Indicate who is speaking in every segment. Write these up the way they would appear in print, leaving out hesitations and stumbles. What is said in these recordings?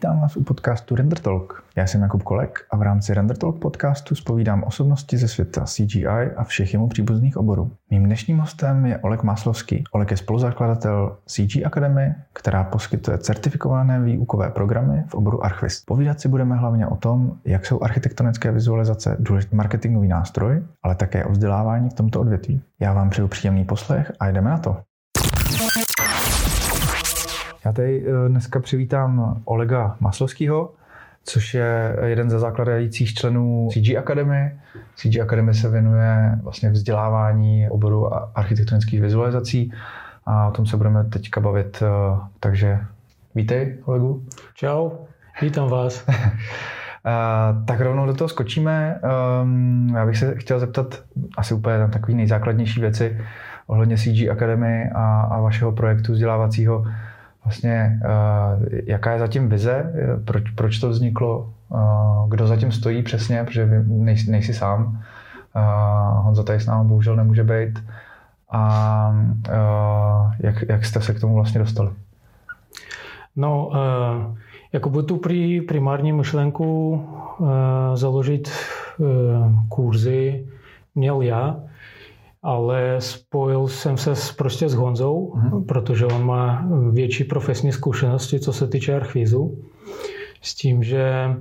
Speaker 1: Vítám vás u podcastu Render Talk. Já jsem Jakub Kolek a v rámci Render Talk podcastu zpovídám osobnosti ze světa CGI a všech jemu příbuzných oborů. Mým dnešním hostem je Oleg Maslovský. Oleg je spoluzakladatel CG Academy, která poskytuje certifikované výukové programy v oboru Archviz. Povídat si budeme hlavně o tom, jak jsou architektonické vizualizace důležitý marketingový nástroj, ale také o vzdělávání v tomto odvětví. Já vám přeju příjemný poslech a jdeme na to. Já tady dneska přivítám Olega Maslovského, což je jeden ze zakladajících členů CG Academy. CG Academy se věnuje vlastně vzdělávání oboru architektonických vizualizací a o tom se budeme teďka bavit. Takže vítej, Olegu.
Speaker 2: Čau, vítám vás.
Speaker 1: Tak rovnou do toho skočíme. Já bych se chtěl zeptat asi úplně na takové nejzákladnější věci ohledně CG Academy a vašeho projektu vzdělávacího. Vlastně, jaká je zatím vize, proč to vzniklo, kdo zatím stojí přesně, protože vy nejsi sám, Honza tady s námi bohužel nemůže být a jak jste se k tomu vlastně dostali?
Speaker 2: No, jakoby tu primární myšlenku založit kurzy měl já, ale spojil jsem se prostě s Honzou, protože on má větší profesní zkušenosti, co se týče archvizu. S tím, že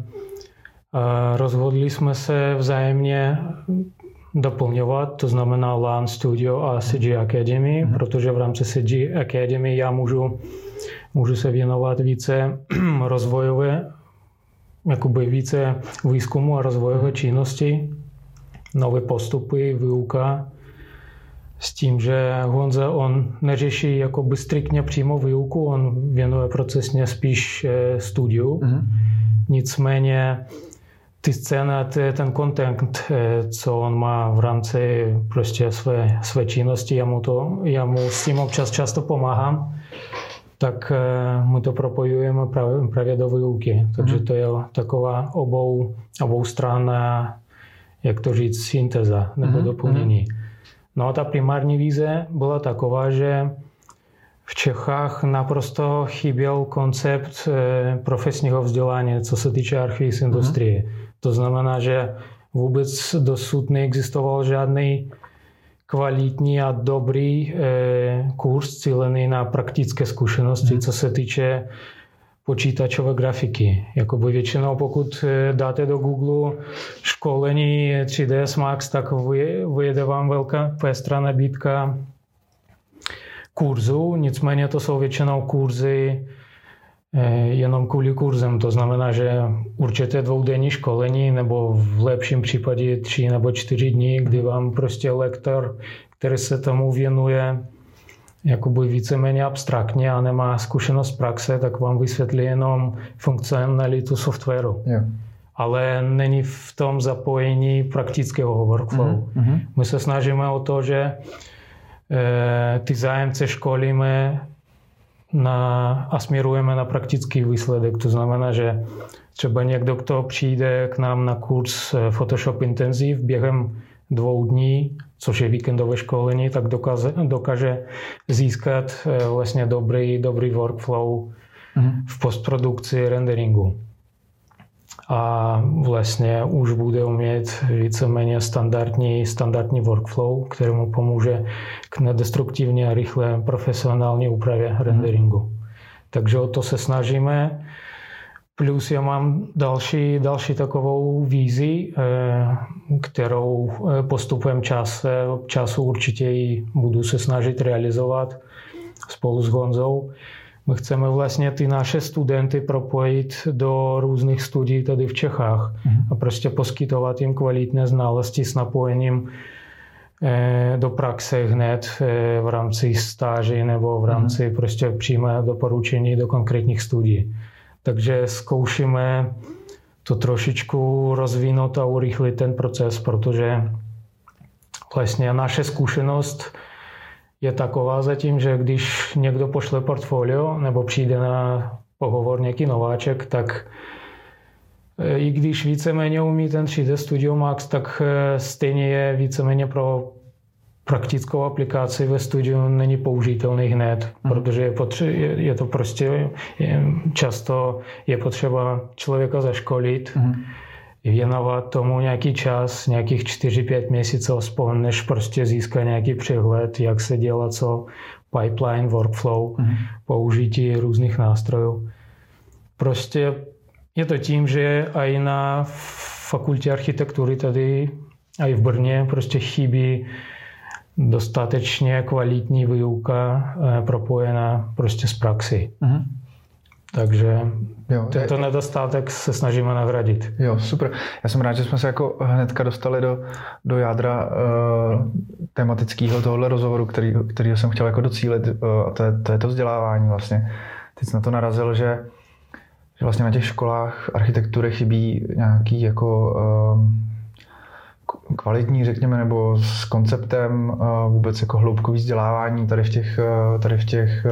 Speaker 2: rozhodli jsme se vzájemně doplňovat, to znamená LAN Studio a CG Academy, protože v rámci CG Academy já můžu se věnovat více rozvojové, jakoby více výzkumu a rozvojové činnosti, nové postupy, výuka. S tím, že Honza, on neřeší jakoby striktně přímo výuku, on věnuje procesně spíš studiu. Nicméně ty scény a ten content, co on má v rámci prostě své činnosti, já mu s tím občas často pomáhám, tak my to propojujeme právě do výuky. Takže to je taková oboustranná, jak to říct, syntéza nebo doplnění. No a ta primární vize byla taková, že v Čechách naprosto chyběl koncept profesního vzdělání, co se týče archivní industrie. To znamená, že vůbec dosud neexistoval žádný kvalitní a dobrý kurz cílený na praktické zkušenosti, co se týče počítačové grafiky. Jakoby většinou, pokud dáte do Google školení 3ds Max, tak vyjede vám velká pestrá nabídka kurzů. Nicméně to jsou většinou kurzy jenom kvůli kurzem. To znamená, že určitě dvoudenní školení nebo v lepším případě 3 nebo 4 dní, kdy vám prostě lektor, který se tomu věnuje jakoby víceméně abstraktně a nemá zkušenost praxe, tak vám vysvětlí jenom funkcionalitu softwaru. Yeah. Ale není v tom zapojení praktického workflow. My se snažíme o to, že ty zájemce školíme a směrujeme na praktický výsledek. To znamená, že třeba někdo, kdo přijde k nám na kurz Photoshop Intensive během 2 dní, což je víkendové školení, tak dokáže získat vlastně dobrý workflow v postprodukci renderingu. A vlastně už bude umět víceméně standardní workflow, který mu pomůže k nedestruktivní a rychlé profesionální úpravě renderingu. Takže o to se snažíme. Plus já mám další takovou vizi, kterou postupem času určitě ji budu se snažit realizovat spolu s Honzou. My chceme vlastně ty naše studenty propojit do různých studií tady v Čechách a prostě poskytovat jim kvalitné znalosti s napojením do praxe hned v rámci stáží nebo v rámci prostě přímé doporučení do konkrétních studií. Takže zkoušíme to trošičku rozvinout a urychlit ten proces, protože vlastně naše zkušenost je taková zatím, že když někdo pošle portfolio nebo přijde na pohovor nějaký nováček, tak i když víceméně umí ten 3D Studio Max, tak stejně je víceméně pro praktickou aplikaci ve studiu není použitelný hned, protože je to prostě často je potřeba člověka zaškolit, věnovat tomu nějaký čas, nějakých 4-5 měsíců aspoň, než prostě získá nějaký přehled, jak se dělá co, pipeline, workflow, použití různých nástrojů. Prostě je to tím, že i na fakultě architektury tady, i v Brně, prostě chybí dostatečně kvalitní výuka propojená prostě s praxí. Takže tento nedostatek se snažíme nahradit.
Speaker 1: Jo, super. Já jsem rád, že jsme se jako hnedka dostali do jádra tematického tohohle rozhovoru, kterýho jsem chtěl jako docílit, a to je to vzdělávání vlastně. Teď jsem na to narazil, že vlastně na těch školách architektury chybí nějaký jako kvalitní, řekněme, nebo s konceptem vůbec jako hloubkový vzdělávání tady v těch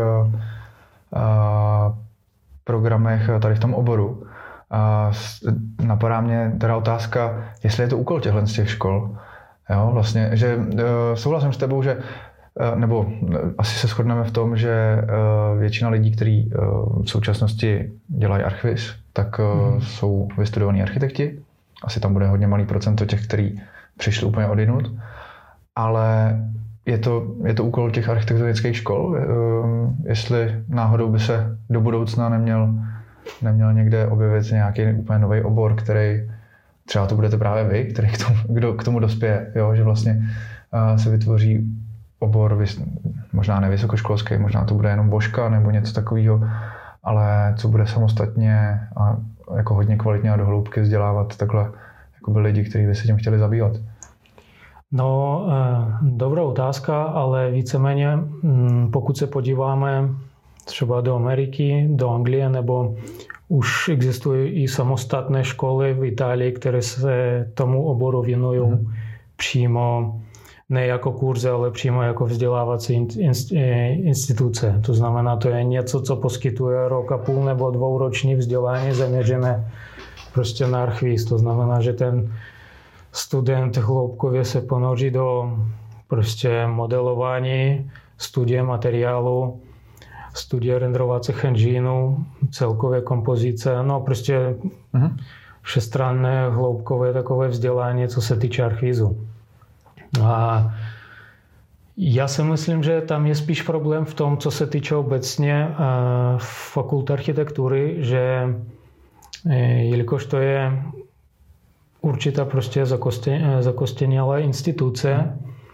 Speaker 1: programech, tady v tom oboru. Napadá mě teda otázka, jestli je to úkol těchto z těch škol. Jo, vlastně, že souhlasím s tebou, že nebo asi se shodneme v tom, že většina lidí, kteří v současnosti dělají archviz, tak jsou vystudovaní architekti. Asi tam bude hodně malý procento těch, kteří přišli úplně odjinud. Ale je to úkol těch architektonických škol, jestli náhodou by se do budoucna neměl někde objevit nějaký úplně nový obor, který třeba to budete právě vy, kdo k tomu dospěje, jo? Že vlastně se vytvoří obor, možná nevysokoškolský, možná to bude jenom božka nebo něco takového, ale co bude samostatně a jako hodně kvalitně a do hloubky vzdělávat takhle jako by lidi, kteří by se tím chtěli zabývat.
Speaker 2: No, dobrá otázka, ale víceméně, pokud se podíváme třeba do Ameriky, do Anglie, nebo už existují i samostatné školy v Itálii, které se tomu oboru věnují přímo, ne jako kurzy, ale přímo jako vzdělávací instituce. To znamená, to je něco, co poskytuje rok a půl nebo dvouroční vzdělání zaměřené prostě na archviz. To znamená, že ten student hloubkově se ponoří do prostě modelování, studie materiálu, studie renderovacích enginů, celkové kompozice, no prostě všestranné hloubkové takové vzdělání, co se týče archvizu. A já si myslím, že tam je spíš problém v tom, co se týče obecně fakulty architektury, že jelikož to je určitá prostě zakostěnělá instituce,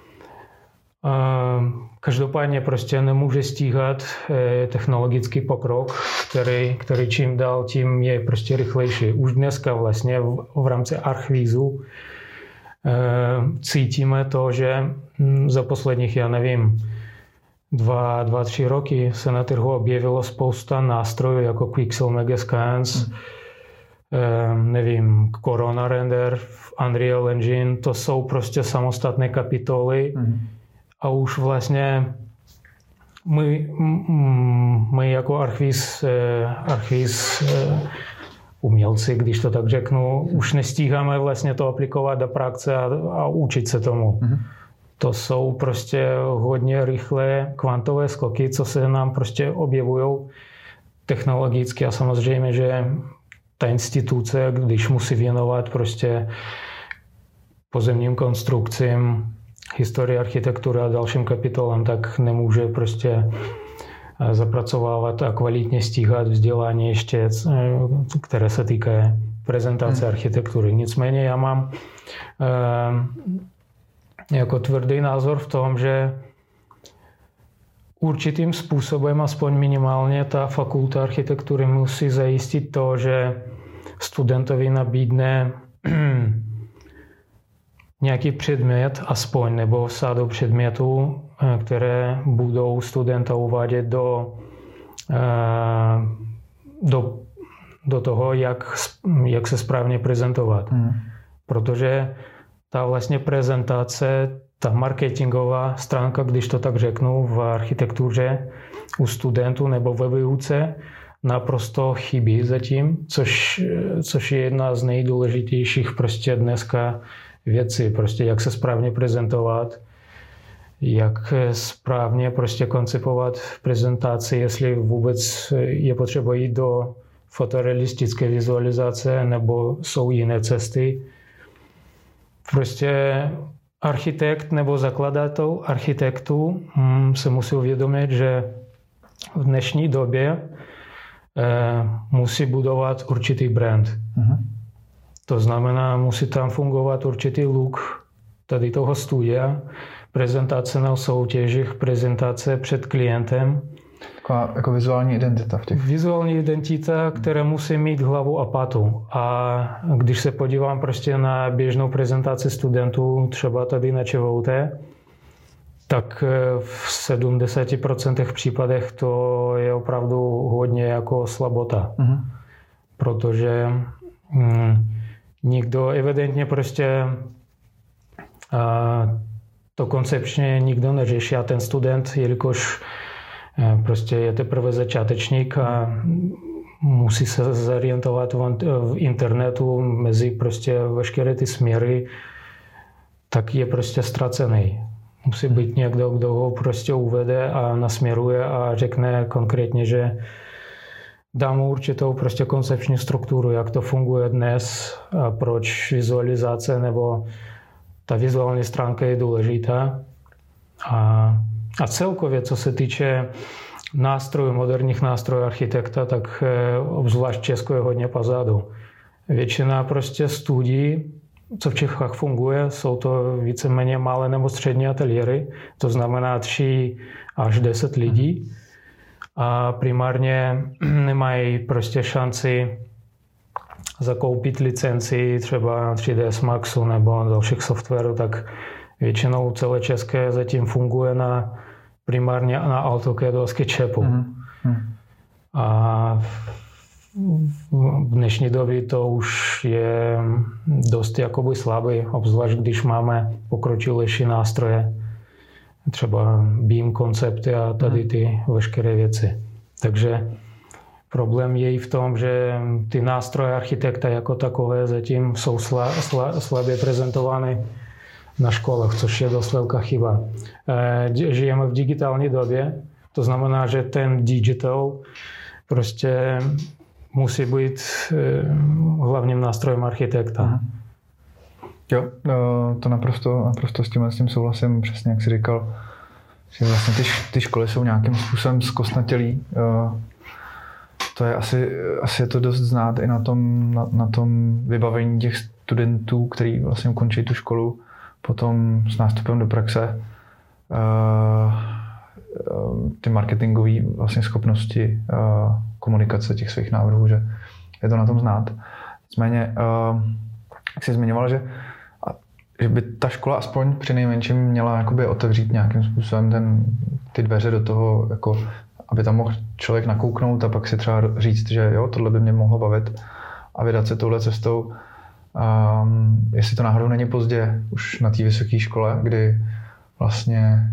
Speaker 2: každopádně prostě nemůže stíhat technologický pokrok, který čím dál tím je prostě rychlejší. Už dneska vlastně v rámci archvízu cítíme to, že za posledních, já nevím, 2-3 roky se na trhu objevilo spousta nástrojů jako Quixel Megascans, nevím, Corona Render, Unreal Engine, to jsou prostě samostatné kapitoly a už vlastně my jako archviz umělci, když to tak řeknu, už nestíháme vlastně to aplikovat do praxe a učit se tomu. To jsou prostě hodně rychlé kvantové skoky, co se nám prostě objevují technologicky a samozřejmě, že ta instituce, když musí věnovat prostě pozemním konstrukcím, historii architektury a dalším kapitolám, tak nemůže prostě zapracovávat a kvalitně stíhat vzdělání ještě, které se týká prezentace architektury. Nicméně já mám jako tvrdý názor v tom, že určitým způsobem, aspoň minimálně, ta fakulta architektury musí zajistit to, že studentovi nabídne nějaký předmět, aspoň, nebo sádu předmětů, které budou studenta uvádět do toho, jak se správně prezentovat. Protože ta vlastně prezentace, ta marketingová stránka, když to tak řeknu, v architektuře u studentů nebo ve výuce naprosto chybí zatím, což je jedna z nejdůležitějších prostě dneska věcí, prostě jak se správně prezentovat, jak správně prostě koncipovat prezentaci, jestli vůbec je potřeba jít do fotorealistické vizualizace nebo jsou jiné cesty. Prostě architekt nebo zakladatel architektů se musí uvědomit, že v dnešní době musí budovat určitý brand. To znamená, musí tam fungovat určitý look tady toho studia, prezentace na soutěžích, prezentace před klientem.
Speaker 1: Taková jako vizuální identita v těch.
Speaker 2: Vizuální identita, která musí mít hlavu a patu. A když se podívám prostě na běžnou prezentaci studentů, třeba tady na ČVUT, tak v 70% případech to je opravdu hodně jako slabota. Protože nikdo evidentně prostě to koncepčně nikdo neřeší a ten student, jelikož prostě je teprve začátečník a musí se zorientovat v internetu mezi prostě veškeré ty směry, tak je prostě ztracený. Musí být někdo, kdo ho prostě uvede a nasměruje a řekne konkrétně, že dá mu určitou prostě koncepční strukturu, jak to funguje dnes a proč vizualizace nebo ta vizuální stránka je důležitá. A celkově, co se týče nástrojů, moderních nástrojů architekta, tak obzvlášť Česko je hodně pozadu. Většina prostě studií, co v Čechách funguje, jsou to víceméně malé nebo střední ateliéry, to znamená 3 až 10 lidí a primárně nemají prostě šanci zakoupit licenci třeba 3ds Maxu nebo dalších softwarů, tak většinou celé české zatím funguje primárně na AutoCADu a SketchUpu. A v dnešní době to už je dost jakoby slabý, obzvlášť když máme pokročilejší nástroje, třeba BIM koncepty a tady ty veškeré věci. Takže problém je i v tom, že ty nástroje architekta jako takové zatím jsou slabě prezentovány na školách, což je dost velká chyba. Žijeme v digitální době, to znamená, že ten digital prostě musí být hlavním nástrojem architekta.
Speaker 1: Jo, to naprosto s tím souhlasím, přesně jak jsi říkal, že vlastně ty školy jsou nějakým způsobem zkostnatělý. To je asi je to dost znát i na tom vybavení těch studentů, kteří vlastně ukončí tu školu potom s nástupem do praxe. Ty marketingové vlastně schopnosti komunikace těch svých návrhů, že je to na tom znát. Nicméně, jak jsi zmiňoval, že by ta škola aspoň při nejmenším měla jakoby otevřít nějakým způsobem ty dveře do toho, jako, aby tam mohl člověk nakouknout a pak si třeba říct, že jo, tohle by mě mohlo bavit a vydat se touhle cestou. Jestli to náhodou není pozdě už na té vysoké škole, kdy vlastně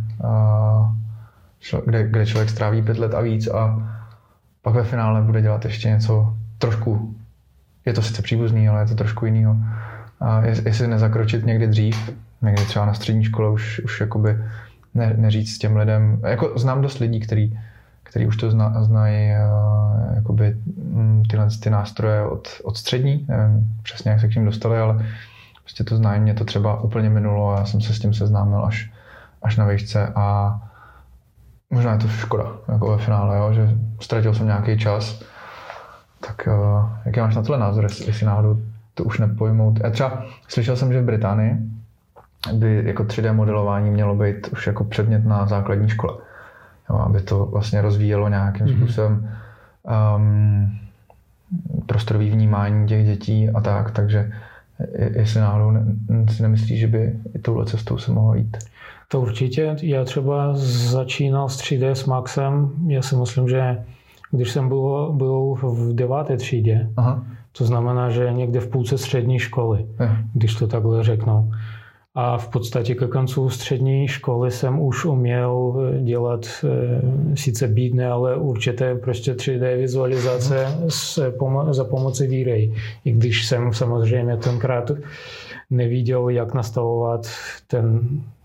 Speaker 1: kde člověk stráví 5 let a víc a pak ve finále bude dělat ještě něco trošku, je to sice příbuzný, ale je to trošku jinýho. Jestli nezakročit někdy dřív, někdy třeba na střední škole už jakoby neříct těm lidem, jako znám dost lidí, kteří už to znají jakoby tyhle ty nástroje od střední, nevím přesně, jak se k ním dostali, ale prostě to znají, mě to třeba úplně minulo a já jsem se s tím seznámil až na výšce a možná je to škoda, jako ve finále, jo, že ztratil jsem nějaký čas. Tak jaký máš na tohle názor, jestli náhodou to už nepojmout? Já třeba slyšel jsem, že v Británii by jako 3D modelování mělo být už jako předmět na základní škole. Jo, aby to vlastně rozvíjelo nějakým způsobem prostorový vnímání těch dětí a tak, takže jestli náhodou si nemyslíš, že by i touhle cestou se mohlo jít?
Speaker 2: To určitě. Já třeba začínal s 3ds Maxem. Já si myslím, že když jsem byl v 9. třídě, to znamená, že někde v půlce střední školy, když to takhle řeknu. A v podstatě ke koncu střední školy jsem už uměl dělat sice bídné, ale určité prostě 3D vizualizace za pomoci V-Ray. I když jsem samozřejmě tenkrát neviděl, jak nastavovat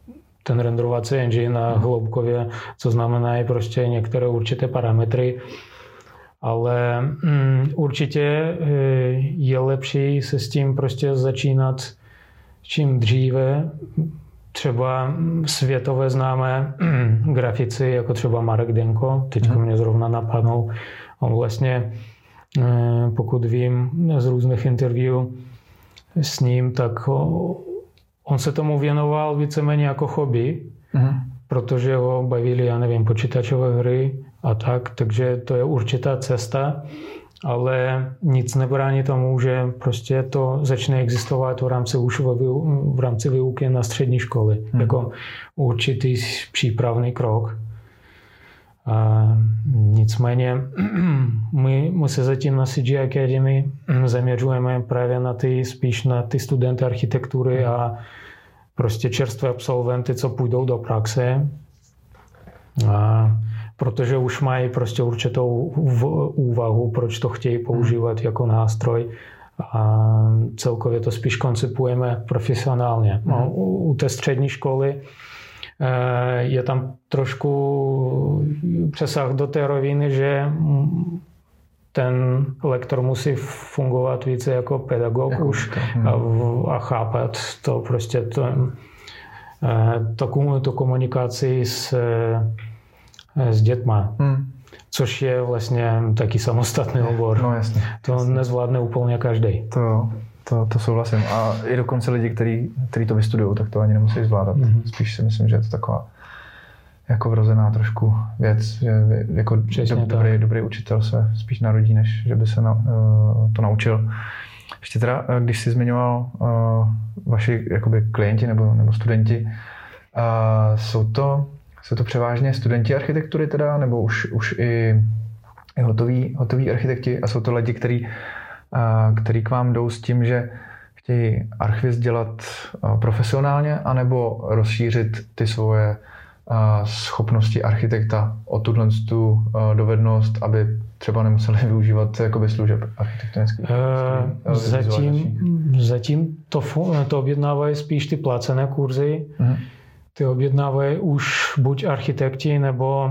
Speaker 2: ten renderovací engine a hloubkově, co znamená prostě některé určité parametry. Ale určitě je lepší se s tím prostě začínat čím dříve. Třeba světové známé grafici, jako třeba Marek Denko, teďko mě zrovna napadnou. On vlastně, pokud vím z různých interview s ním, tak on se tomu věnoval víceméně jako hobby, protože ho bavili, já nevím, počítačové hry a tak, takže to je určitá cesta, ale nic nebrání tomu, že prostě to začne existovat v rámci výuky na střední školy, jako určitý přípravný krok. A nicméně my se zatím na CG Academy zaměřujeme právě spíš na ty studenty architektury a prostě čerstvé absolventy, co půjdou do praxe. A protože už mají prostě určitou úvahu, proč to chtějí používat jako nástroj a celkově to spíš koncipujeme profesionálně. No, u té střední školy je tam trošku přesah do té roviny, že ten lektor musí fungovat více jako pedagog už a chápat to prostě tu komunikaci s dětma. Což je vlastně taky samostatný obor.
Speaker 1: No jasně.
Speaker 2: To nezvládne úplně každý.
Speaker 1: To souhlasím. A i dokonce lidi, kteří to vystudují, tak to ani nemusí zvládat. Spíš si myslím, že je to taková jako vrozená trošku věc, že jako dobrý učitel se spíš narodí, než že by se to naučil. Ještě teda, když jsi zmiňoval vaši jakoby klienti nebo studenti, jsou to převážně studenti architektury teda, nebo už i hotoví architekti, a jsou to lidi, který k vám jdou s tím, že chtějí archviz dělat profesionálně, anebo rozšířit ty svoje schopnosti architekta o tuhle dovednost, aby třeba nemuseli využívat jakoby služeb architektonických.
Speaker 2: Zatím to objednávají spíš ty placené kurzy. Ty objednávají už buď architekti, nebo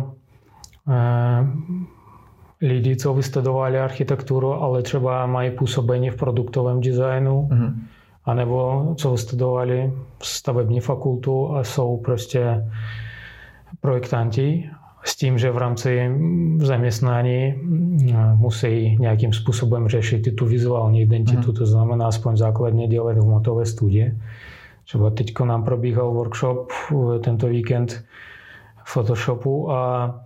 Speaker 2: lidi, co vystudovali architekturu, ale třeba mají působení v produktovém designu, anebo co vystudovali stavební fakultu a jsou prostě projektanti s tím, že v rámci zaměstnání musí nějakým způsobem řešit i tu vizuální identitu, to znamená aspoň základně dělat hmotové studie. Třeba teďko nám probíhal workshop tento víkend Photoshopu a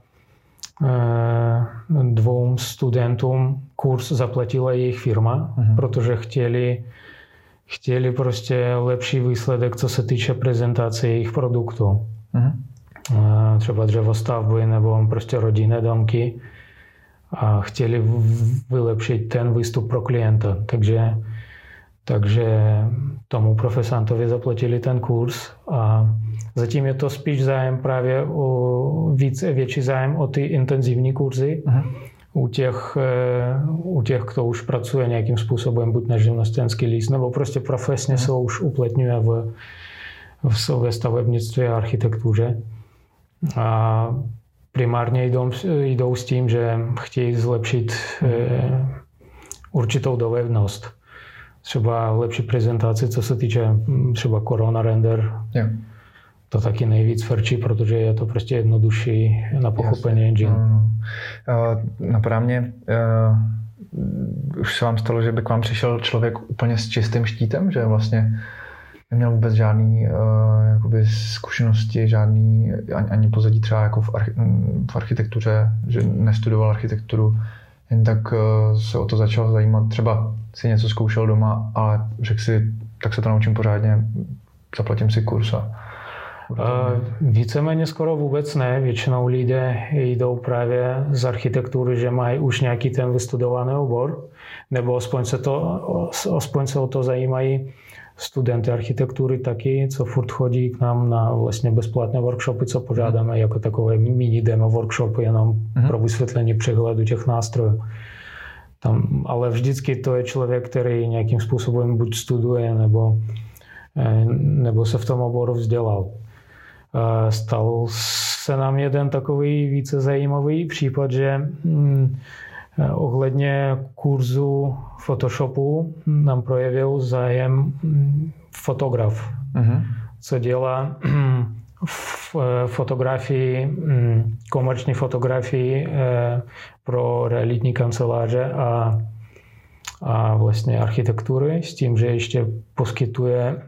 Speaker 2: 2 studentům kurz zaplatila jejich firma, protože chtěli prostě lepší výsledek, co se týče prezentace jejich produktu. Třeba dřevostavby nebo prostě rodinné domky a chtěli vylepšit ten výstup pro klienta. Takže tomu profesantovi zaplatili ten kurz a zatím je to spíš zájem právě větší zájem o ty intenzivní kurzy. U těch, kdo už pracuje nějakým způsobem, buď na živnostenský list, nebo prostě profesně se už uplatňuje ve stavebnictví a architektuře. A primárně jdou s tím, že chtějí zlepšit určitou dovednost. Třeba lepší prezentaci, co se týče třeba Corona Render. To taky nejvíc frčí, protože je to prostě jednodušší na pochopení engine.
Speaker 1: Napadá mě, už se vám stalo, že by k vám přišel člověk úplně s čistým štítem, že vlastně neměl vůbec žádný jakoby zkušenosti, žádný ani pozadí třeba jako v architektuře, že nestudoval architekturu, jen tak se o to začal zajímat, třeba si něco zkoušel doma, ale řekl si, tak se to naučím pořádně, zaplatím si kurz.
Speaker 2: Víceméně skoro vůbec ne. Většinou lidé jdou právě z architektury, že mají už nějaký ten vystudovaný obor, nebo aspoň se o to zajímají studenty architektury taky, co furt chodí k nám na vlastně bezplatné workshopy, co pořádáme jako takové mini demo workshopy jenom pro vysvětlení přehledu těch nástrojů. Ale vždycky to je člověk, který nějakým způsobem buď studuje, nebo se v tom oboru vzdělal. Stal se nám jeden takový více zajímavý případ, že ohledně kurzu Photoshopu nám projevil zájem fotograf, co dělá fotografii, komerční fotografii pro realitní kanceláře a vlastně architektury s tím, že ještě poskytuje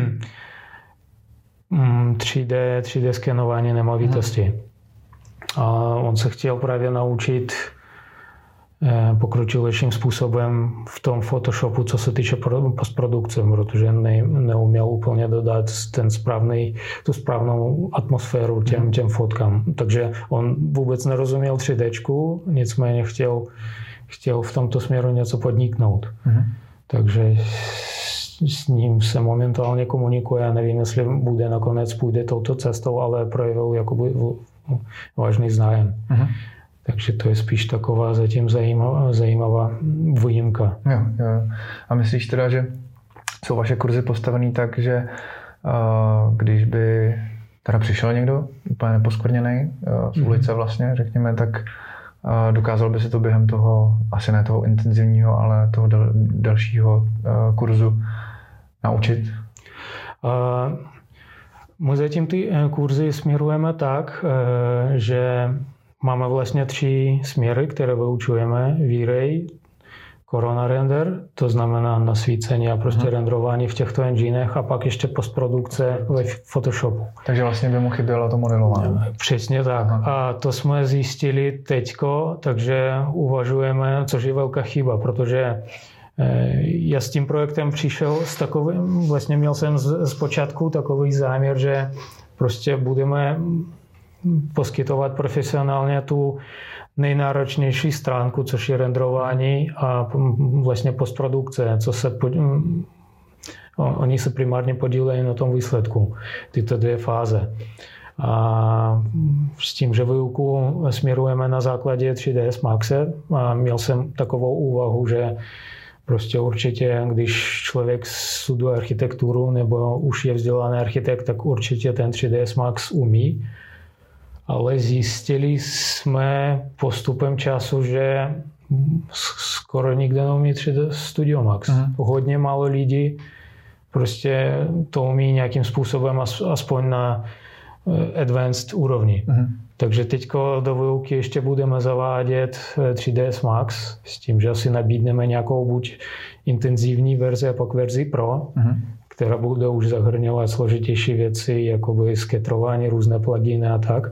Speaker 2: 3D skenování nemovitosti. A on se chtěl právě naučit pokročilejším způsobem v tom Photoshopu, co se týče postprodukce, protože neuměl úplně dodat tu správnou atmosféru těm fotkám. Takže on vůbec nerozuměl 3Dčku, nicméně chtěl v tomto směru něco podniknout. Takže s ním se momentálně komunikuje. Já nevím, jestli půjde touto cestou, ale projevil jakoby vážný zájem. Takže to je spíš taková zatím zajímavá výjimka.
Speaker 1: Jo. A myslíš teda, že jsou vaše kurzy postavený tak, že když by teda přišel někdo úplně neposkvrněný z ulice vlastně, řekněme, tak dokázal by se to během toho, asi ne toho intenzivního, ale toho dalšího kurzu naučit?
Speaker 2: My zatím ty kurzy směrujeme tak, že máme vlastně 3 směry, které vyučujeme. V-Ray, Corona Render, to znamená nasvícení a prostě renderování v těchto enginech a pak ještě postprodukce ve Photoshopu.
Speaker 1: Takže vlastně by mu chybělo to modelování.
Speaker 2: Přesně tak. A to jsme zjistili teďko, takže uvažujeme, což je velká chyba, protože já s tím projektem přišel s takovým, vlastně měl jsem zpočátku takový záměr, že prostě budeme poskytovat profesionálně tu nejnáročnější stránku, což je renderování a vlastně postprodukce, oni se primárně podílejí na tom výsledku, tyto 2 fáze. A s tím, že výuku směrujeme na základě 3ds Maxe a měl jsem takovou úvahu, že prostě určitě, když člověk studuje architekturu nebo už je vzdělaný architekt, tak určitě ten 3ds Max umí. Ale zjistili jsme postupem času, že skoro nikdo neumí 3D Studio Max. Hodně málo lidí prostě to umí nějakým způsobem aspoň na advanced úrovni. Takže teďko do výuky ještě budeme zavádět 3ds Max s tím, že asi nabídneme nějakou buď intenzivní verzi a pak verzi Pro, která bude už zahrňovat složitější věci, jakoby sketrování, různé pluginy a tak.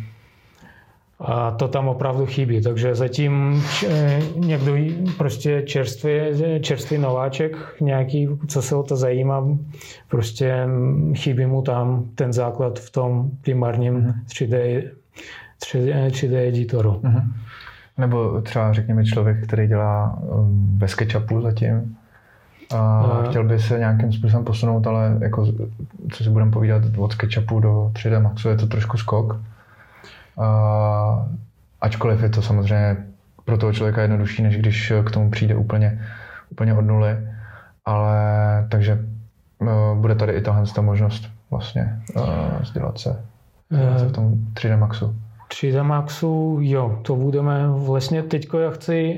Speaker 2: A to tam opravdu chybí. Takže zatím někdo prostě čerstvý nováček nějaký, co se o to zajímá, prostě chybí mu tam ten základ v tom primárním 3D editoru.
Speaker 1: Nebo třeba řekněme člověk, který dělá ve SketchUpu zatím, chtěl by se nějakým způsobem posunout, ale jako, co si budeme povídat, od SketchUpu do 3D Maxu je to trošku skok. Ačkoliv je to samozřejmě pro toho člověka jednodušší, než když k tomu přijde úplně od nuly. Ale takže bude tady i tahle možnost vlastně vzdělat se v tom 3D Maxu.
Speaker 2: 3D Maxu, jo, to budeme vlastně teďko já chci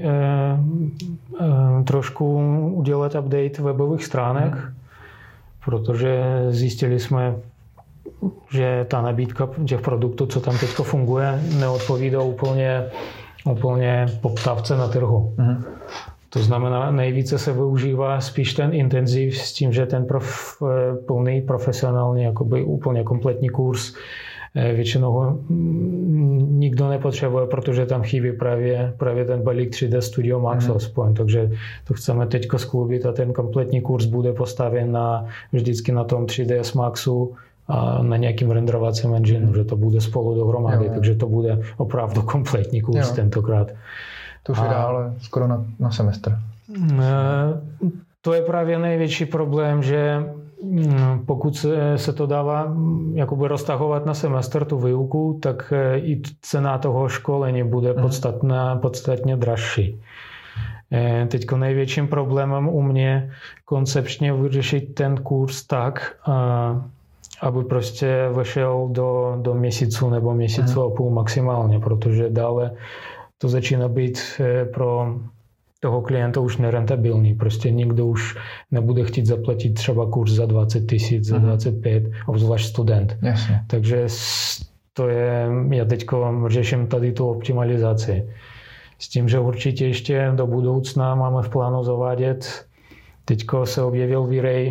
Speaker 2: trošku udělat update webových stránek, protože zjistili jsme, že ta nabídka těch produktů, co tam teďko funguje, neodpovídá úplně poptávce na trhu. To znamená, nejvíce se využívá spíš ten intenziv s tím, že ten plný profesionální, jakoby úplně kompletní kurz většinou ho nikdo nepotřebuje, protože tam chybí právě ten balík 3D Studio Max aspoň, takže to chceme teďko skloubit a ten kompletní kurz bude postaven vždycky na tom 3ds Maxu a na nějakým renderovacím engineu, že to bude spolu dohromady, takže to bude opravdu kompletní kurz tentokrát.
Speaker 1: To už je dále skoro na semestr.
Speaker 2: To je právě největší problém, že pokud se to dává jakoby roztahovat na semestr, tu výuku, tak i cena toho školení bude podstatně dražší. Teďko největším problémem u mě koncepčně vyřešit ten kurz tak, aby prostě vešel do měsíců nebo měsíců a půl maximálně, protože dále to začíná být pro toho klienta už nerentabilní. Prostě nikdo už nebude chtít zaplatit třeba kurz za 20 000, za 25, obzvlášť student.
Speaker 1: Jasně.
Speaker 2: Takže to je, já teďko řeším tady tu optimalizaci. S tím, že určitě ještě do budoucna máme v plánu zavádět. Teďko se objevil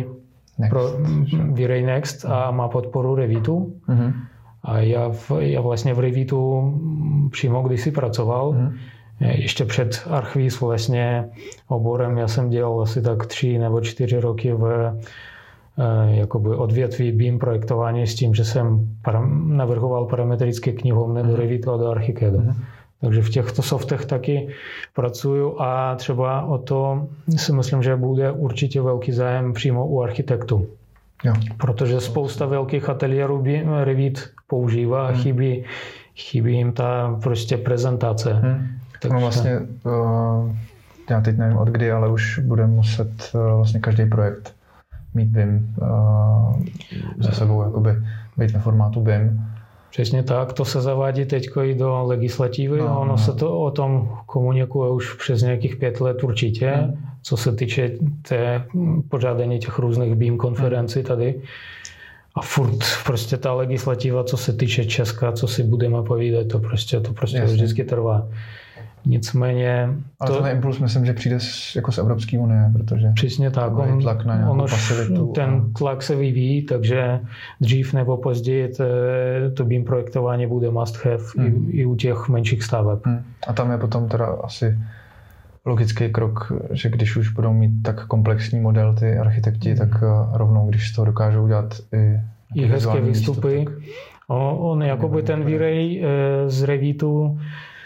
Speaker 2: V-Ray Next a má podporu Revitu. A já vlastně v Revitu přímo kdysi pracoval. Ještě před Archviz vlastně oborem já jsem dělal asi tak 3 nebo 4 roky v jakoby odvětví BIM projektování s tím, že jsem navrhoval parametrické knihovny do Revitu a do Archicadu. Takže v těchto softech taky pracuju a třeba o to si myslím, že bude určitě velký zájem přímo u architektů. Jo. Protože spousta velkých ateliérů Revit používá a chybí jim ta prostě prezentace.
Speaker 1: No vlastně, já teď nevím od kdy, ale už bude muset vlastně každý projekt mít BIM za sebou, jakoby být ve formátu BIM.
Speaker 2: Přesně tak, to se zavádí teď i do legislativy. Ono se to o tom komunikuje už přes nějakých 5 let určitě, co se týče pořádání těch různých BIM konferencí tady. A furt prostě ta legislativa, co se týče Česka, co si budeme povídat, to prostě vždycky trvá. Nicméně...
Speaker 1: Ale ten impuls myslím, že přijde jako z Evropské unie, protože...
Speaker 2: Přesně tak.
Speaker 1: Tlak na nějakou pasivitu.
Speaker 2: Ten tlak se vyvíjí, takže dřív nebo později to BIM projektování bude must have i u těch menších staveb.
Speaker 1: A tam je potom teda asi logický krok, že když už budou mít tak komplexní model ty architekti, tak rovnou, když z toho dokážou dělat
Speaker 2: i hezké výstupy. On jakoby ten V-Ray z Revitu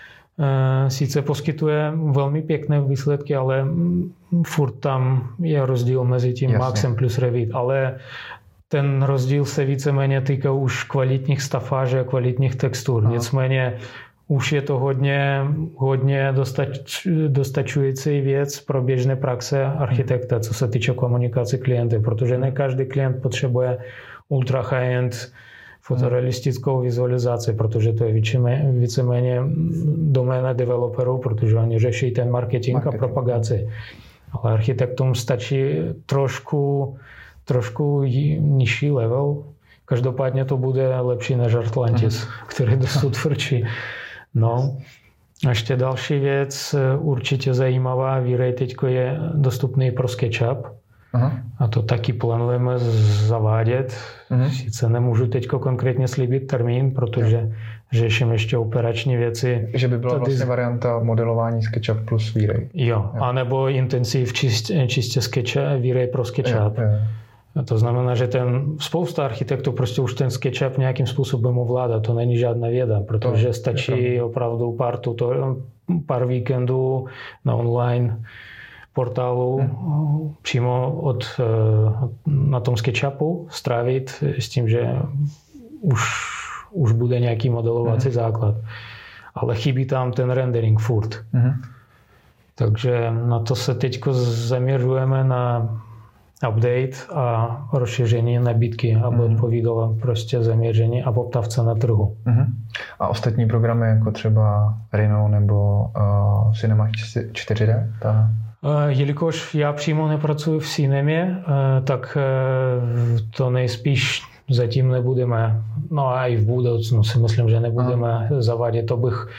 Speaker 2: sice poskytuje velmi pěkné výsledky, ale furt tam je rozdíl mezi tím Maxem plus Revit, ale ten rozdíl se víceméně týká už kvalitních stafáží a kvalitních textur. Nicméně už je to hodně dostačující věc pro běžné praxe architekta, co se týče komunikace klienty, protože ne každý klient potřebuje ultra high-end fotorealistickou vizualizaci, protože to je víceméně doména developerů, protože oni řeší ten marketing a propagaci. Ale architektům stačí trošku nižší level. Každopádně to bude lepší než Atlantis, který dosud tvrdší. No. A ještě další věc, určitě zajímavá, V-Ray teďko je dostupný pro SketchUp. A to taky plánujeme zavádět. Sice nemůžu teďko konkrétně slíbit termín, protože řeším ještě operační věci.
Speaker 1: Že by byla vlastně varianta modelování SketchUp plus V-Ray.
Speaker 2: Jo, anebo intensiv čistě V-Ray pro SketchUp. To znamená, že spousta architektů prostě už ten SketchUp nějakým způsobem ovládá. To není žádná věda, protože stačí opravdu pár víkendů na online portálu přímo na tom SketchUpu strávit s tím, že už bude nějaký modelovací základ. Ale chybí tam ten rendering furt. Takže na to se teď zaměřujeme na update a rozšíření nabídky, aby odpovídalo prostě zaměření a poptávce na trhu.
Speaker 1: A ostatní programy, jako třeba Rhino nebo Cinema 4D?
Speaker 2: Jelikož já přímo nepracuji v Cinemě, tak to nejspíš zatím nebudeme, no a i v budoucnu si myslím, že nebudeme zavádět. To bych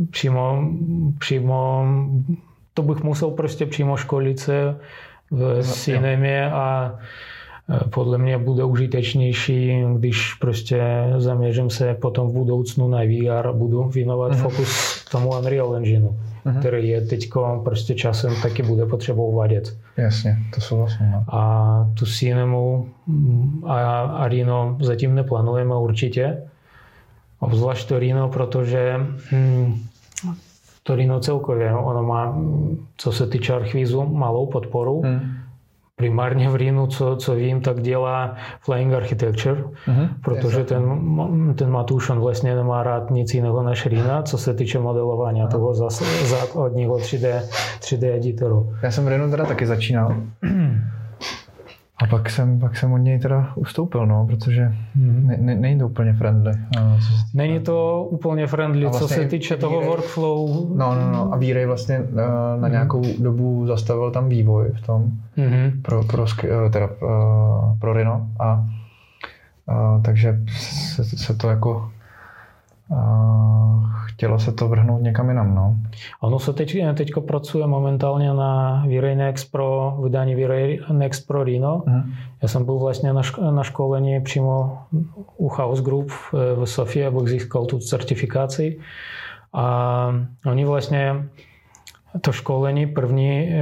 Speaker 2: to bych musel prostě přímo školit se v Cinemě a podle mě bude užitečnější, když prostě zaměřím se potom v budoucnu na VR a budu věnovat fokus tomu Unreal Engineu, který je teďko prostě časem taky bude potřeba uvádět.
Speaker 1: Jasně, to jsou vlastně.
Speaker 2: A tu Cinemu a Rhino zatím neplánujeme určitě. Obzvlášť to Rhino, protože to Rhino celkově, ono má, co se týče Archvizu, malou podporu. Primárně v Rhinu, co vím, tak dělá Flying Architecture, protože ten Matuš, on vlastně nemá rád nic jiného než Rhina, co se týče modelování toho základního 3D editoru.
Speaker 1: Já jsem v Rhinu teda taky začínal. A pak jsem od něj teda ustoupil, no, protože není to úplně friendly.
Speaker 2: Není to úplně friendly, vlastně co se týče toho workflow.
Speaker 1: No. A V-Ray vlastně na nějakou dobu zastavil tam vývoj v tom pro Rhino a takže se to jako chtělo se to vrhnout někam jinam, no.
Speaker 2: Ono se teďko pracuje momentálně na V-Ray Next Pro, vydání V-Ray Next Pro Rhino. Já jsem byl vlastně na školení přímo u House Group v Sofii, abych získal tu certifikaci. A oni vlastně to školení první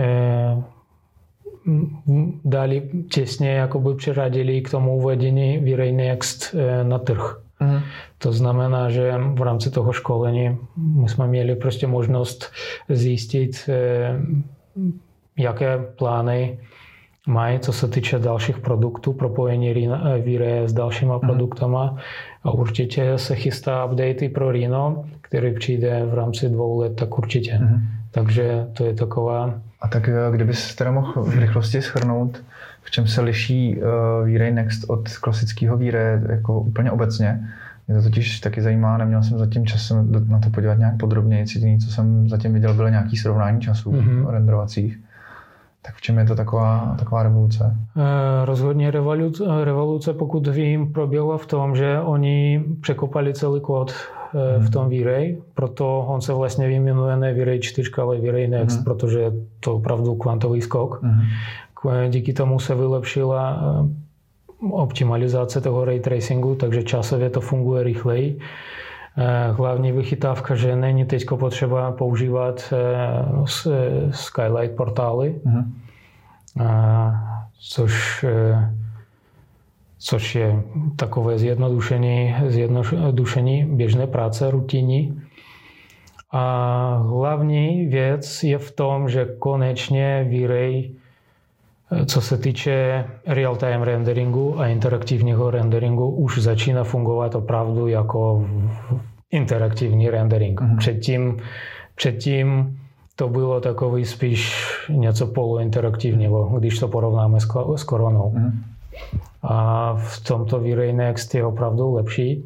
Speaker 2: dali těsně, jakoby přiradili k tomu uvedení V-Ray Next na trh. To znamená, že v rámci toho školení my jsme měli prostě možnost zjistit, jaké plány mají, co se týče dalších produktů, propojení V-Ray s dalšíma produktama. A určitě se chystá update pro Rhino, který přijde v rámci 2 let, tak určitě. Takže to je taková...
Speaker 1: A tak kdybys teda mohl v rychlosti shrnout, v čem se liší V-Ray Next od klasického V-Ray jako úplně obecně. Mě to totiž taky zajímá, neměl jsem zatím čas na to podívat nějak podrobněji. Jediné, co jsem zatím viděl, byly nějaké srovnání časů renderovacích. Tak v čem je to taková revoluce?
Speaker 2: Rozhodně revoluce, pokud vím, proběhla v tom, že oni překopali celý kód v tom V-Ray, proto on se vlastně vyjmenuje ne V-Ray 4, ale V-Ray Next, protože je to opravdu kvantový skok. Díky tomu se vylepšila optimalizace toho ray tracingu, takže časově to funguje rychleji. Hlavní vychytávka, že není teď potřeba používat Skylight portály, což je takové zjednodušení běžné práce, rutinní. A hlavní věc je v tom, že konečně V-Ray, co se týče real-time renderingu a interaktivního renderingu, už začíná fungovat opravdu jako interaktivní rendering. Předtím to bylo takový spíš něco polointeraktivního, když to porovnáme s Coronou. A v tomto V-Ray Next je opravdu lepší.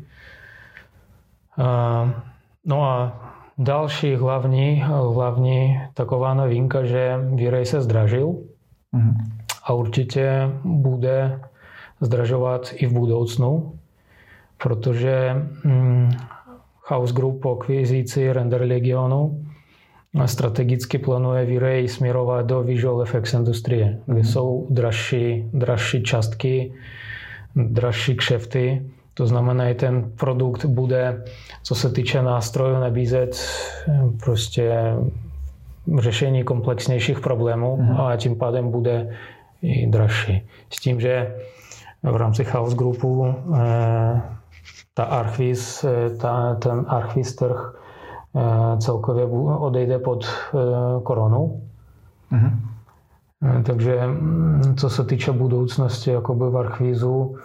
Speaker 2: No a další hlavní taková novinka, že V-Ray se zdražil a určitě bude zdražovat i v budoucnu, protože House Group po akvizici Render Legionu strategicky plánuje V-Ray směrovat do visual effects industrie, kde jsou dražší částky, dražší kšefty. To znamená, že ten produkt bude, co se týče nástrojů, nabízet prostě řešení komplexnějších problémů a tím pádem bude i dražší. S tím, že v rámci House Groupu ten Archviz trh celkově odejde pod Coronu. Takže co se týče budoucnosti jakoby v Archvizu,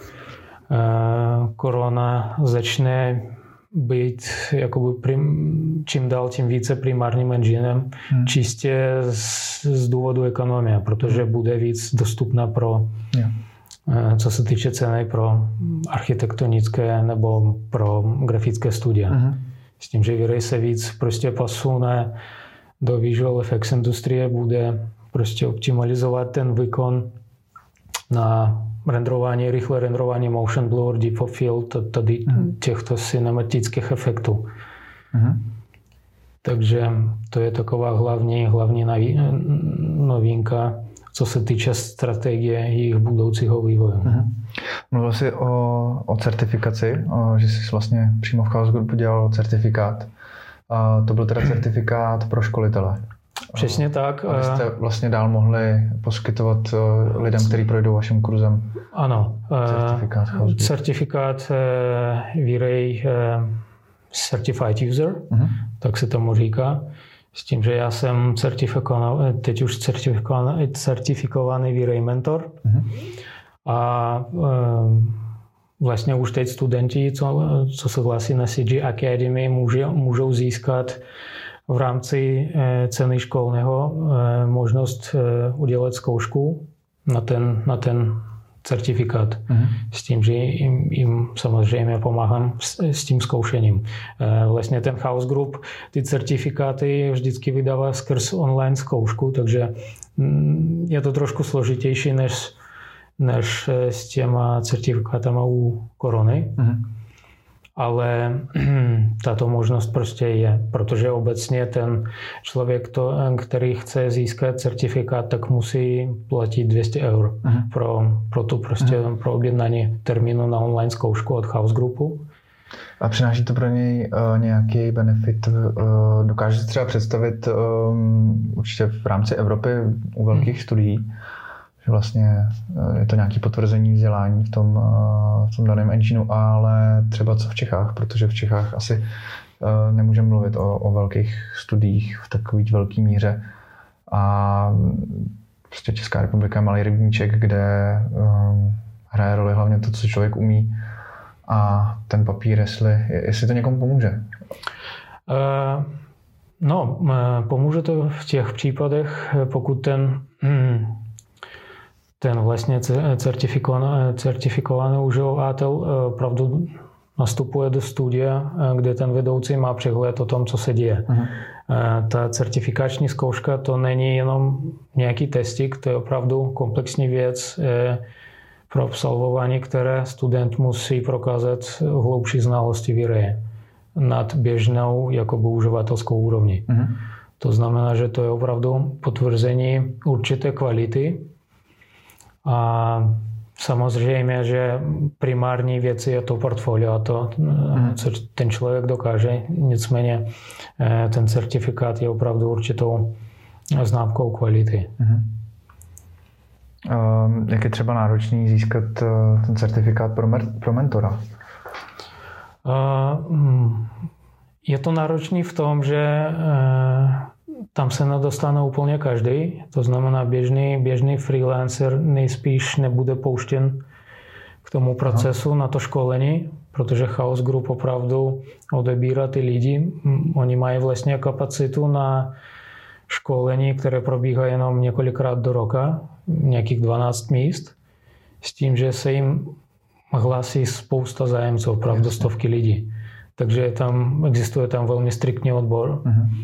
Speaker 2: Corona začne být jakoby čím dál tím více primárním enginem, čistě z důvodu ekonomie, protože bude víc dostupná pro co se týče ceny pro architektonické nebo pro grafické studia. S tím, že V-Ray se víc prostě posune do visual effects industrie, bude prostě optimalizovat ten výkon na rychlé renderování motion blur, deep of field, tady těchto cinematických efektů. Takže to je taková hlavní novinka, co se týče strategie jejich budoucího vývoje.
Speaker 1: Mluvil jsi o certifikaci, že jsi vlastně přímo v House Groupu dělal certifikát. To byl teda certifikát pro školitele.
Speaker 2: Přesně tak.
Speaker 1: A vy jste vlastně dál mohli poskytovat lidem, kteří projdou vaším kurzem.
Speaker 2: Ano. Certifikát V-Ray Certified User, tak se tomu říká. S tím, že já jsem teď už certifikovaný V-Ray mentor. A vlastně už teď studenti, co se hlásí na CG Academy, můžou získat v rámci ceny školného možnost udělat zkoušku na ten certifikát. S tím, že jim samozřejmě pomáhám s tím zkoušením. Vlastně ten House Group ty certifikáty vždycky vydává skrz online zkoušku, takže je to trošku složitější než s těma certifikátama u Korony. Ale tato možnost prostě je, protože obecně ten člověk, který chce získat certifikát, tak musí platit 200 € pro tu prostě pro objednání termínu na online zkoušku od House Groupu.
Speaker 1: A přináší to pro něj nějaký benefit? Dokáže si třeba představit určitě v rámci Evropy u velkých studií, že vlastně je to nějaké potvrzení vzdělání v tom daném engineu, ale třeba co v Čechách, protože v Čechách asi nemůžeme mluvit o velkých studiích v takové velké míře. A prostě Česká republika je malý rybníček, kde hraje roli hlavně to, co člověk umí a ten papír, jestli to někomu pomůže.
Speaker 2: Pomůže to v těch případech, pokud ten vlastně certifikovaný uživatel opravdu nastupuje do studia, kde ten vedoucí má přehled o tom, co se děje. Ta certifikační zkouška to není jenom nějaký testik, to je opravdu komplexní věc pro absolvování, které student musí prokázat hloubší znalosti v IRE nad běžnou jakoby uživatelskou úrovní. To znamená, že to je opravdu potvrzení určité kvality. A samozřejmě, že primární věci je to portfolio a to, co ten člověk dokáže. Nicméně ten certifikát je opravdu určitou známkou kvality.
Speaker 1: Jak je třeba náročný získat ten certifikát pro mentora?
Speaker 2: Je to náročný v tom, že tam se nedostane úplně každý. To znamená, běžný freelancer nejspíš nebude pouštěn k tomu procesu na to školení, protože House Group opravdu odebírá ty lidi. Oni mají vlastně kapacitu na školení, které probíhá jenom několikrát do roka, nějakých 12 míst, s tím, že se jim hlásí spousta zájemců, opravdu stovky lidí. Takže existuje tam velmi striktní odbor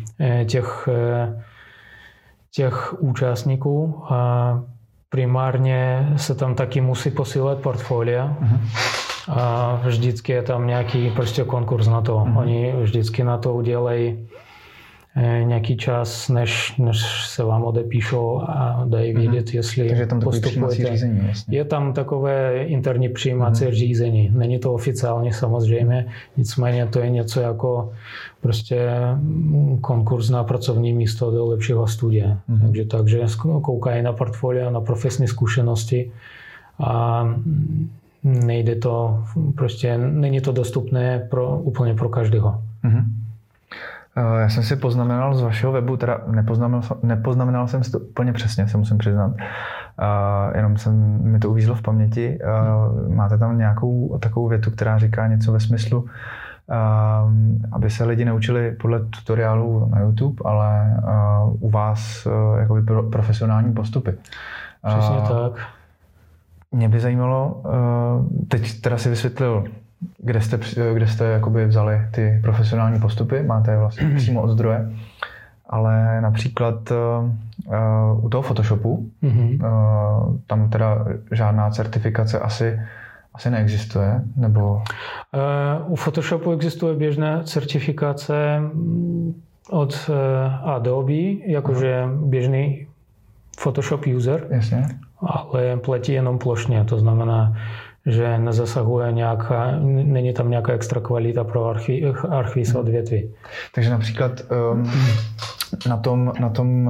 Speaker 2: těch účastníků a primárně se tam taky musí posílat portfolia a vždycky je tam nějaký prostě konkurs na to. Oni vždycky na to udělají nějaký čas, než se vám odepíšou a dají vědět, jestli postupujete.
Speaker 1: Řízení,
Speaker 2: je tam takové interní přijímací řízení. Není to oficiálně samozřejmě, nicméně to je něco jako prostě konkurs na pracovní místo do lepšího studia. Takže koukají na portfolio, na profesní zkušenosti a nejde to, prostě není to dostupné úplně pro každého.
Speaker 1: Já jsem si poznamenal z vašeho webu, teda nepoznamenal jsem si to úplně přesně, se musím přiznat. Jenom mi to uvízlo v paměti. Máte tam nějakou takovou větu, která říká něco ve smyslu, aby se lidi neučili podle tutoriálů na YouTube, ale u vás jakoby profesionální postupy.
Speaker 2: Přesně tak.
Speaker 1: Mě by zajímalo, teď teda si vysvětlil, kde jste jakoby vzali ty profesionální postupy, máte je vlastně přímo od zdroje, ale například u toho Photoshopu, tam teda žádná certifikace asi neexistuje, nebo...
Speaker 2: U Photoshopu existuje běžná certifikace od Adobe, jakože běžný Photoshop user,
Speaker 1: jasně,
Speaker 2: ale platí jenom plošně, to znamená, že nezasahuje není tam nějaká extra kvalita pro archivy odvětví.
Speaker 1: Takže například na tom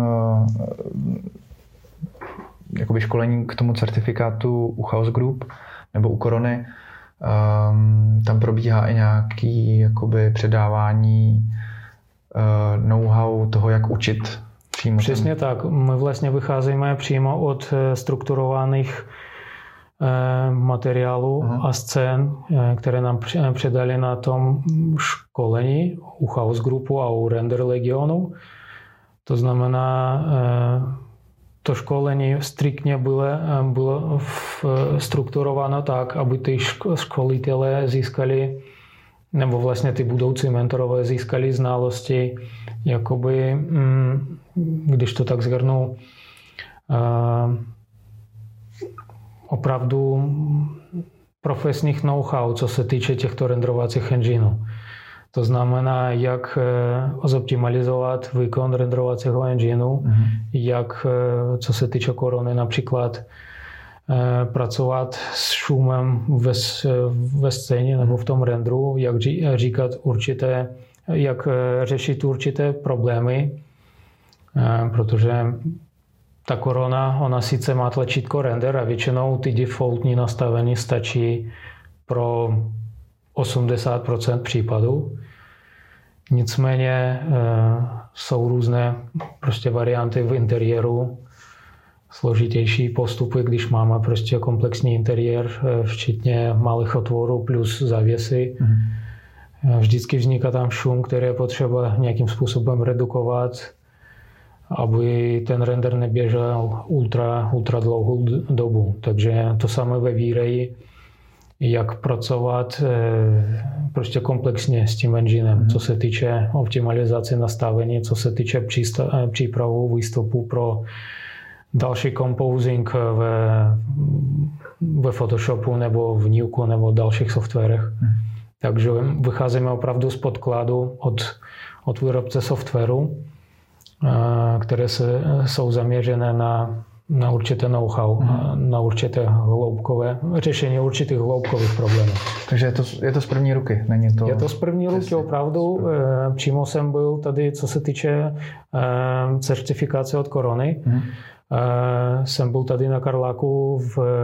Speaker 1: jakoby školení k tomu certifikátu u House Group nebo u Korony, tam probíhá i nějaký jakoby předávání know-how toho, jak učit přímo.
Speaker 2: Přesně tak. My vlastně vycházíme přímo od strukturovaných materiálů a scén, které nám předali na tom školení u House Groupu a u Render Legionu. To znamená, to školení striktně bylo strukturováno tak, aby ty školitelé získali, nebo vlastně ty budoucí mentorové získali znalosti, jakoby, když to tak zhrnu, opravdu profesních know-how, co se týče těchto renderovacích engineů. To znamená, jak zoptimalizovat výkon renderovacího engineu, jak, co se týče korony, například pracovat s šumem ve scéně nebo v tom renderu, jak říkat jak řešit určité problémy, protože ta korona, ona sice má tlačítko render a většinou ty defaultní nastavení stačí pro 80% případů. Nicméně jsou různé prostě varianty v interiéru, složitější postupy, když máme prostě komplexní interiér, včetně malých otvorů plus závěsy. Vždycky vzniká tam šum, který je potřeba nějakým způsobem redukovat, aby ten render neběžel ultra dlouhou dobu. Takže to samé ve výreji, jak pracovat prostě komplexně s tím enginem, co se týče optimalizace nastavení, co se týče přípravu výstupu pro další composing ve Photoshopu nebo v Nuku nebo dalších softwarech. Takže vycházíme opravdu z podkladu od výrobce softwaru, které jsou zaměřené na určité know-how, na určité řešení určitých hloubkových problémů.
Speaker 1: Takže je to z první ruky, není to?
Speaker 2: Je to z první ruky, opravdu. Přímo jsem byl tady, co se týče certifikace od korony. Jsem byl tady na Karláku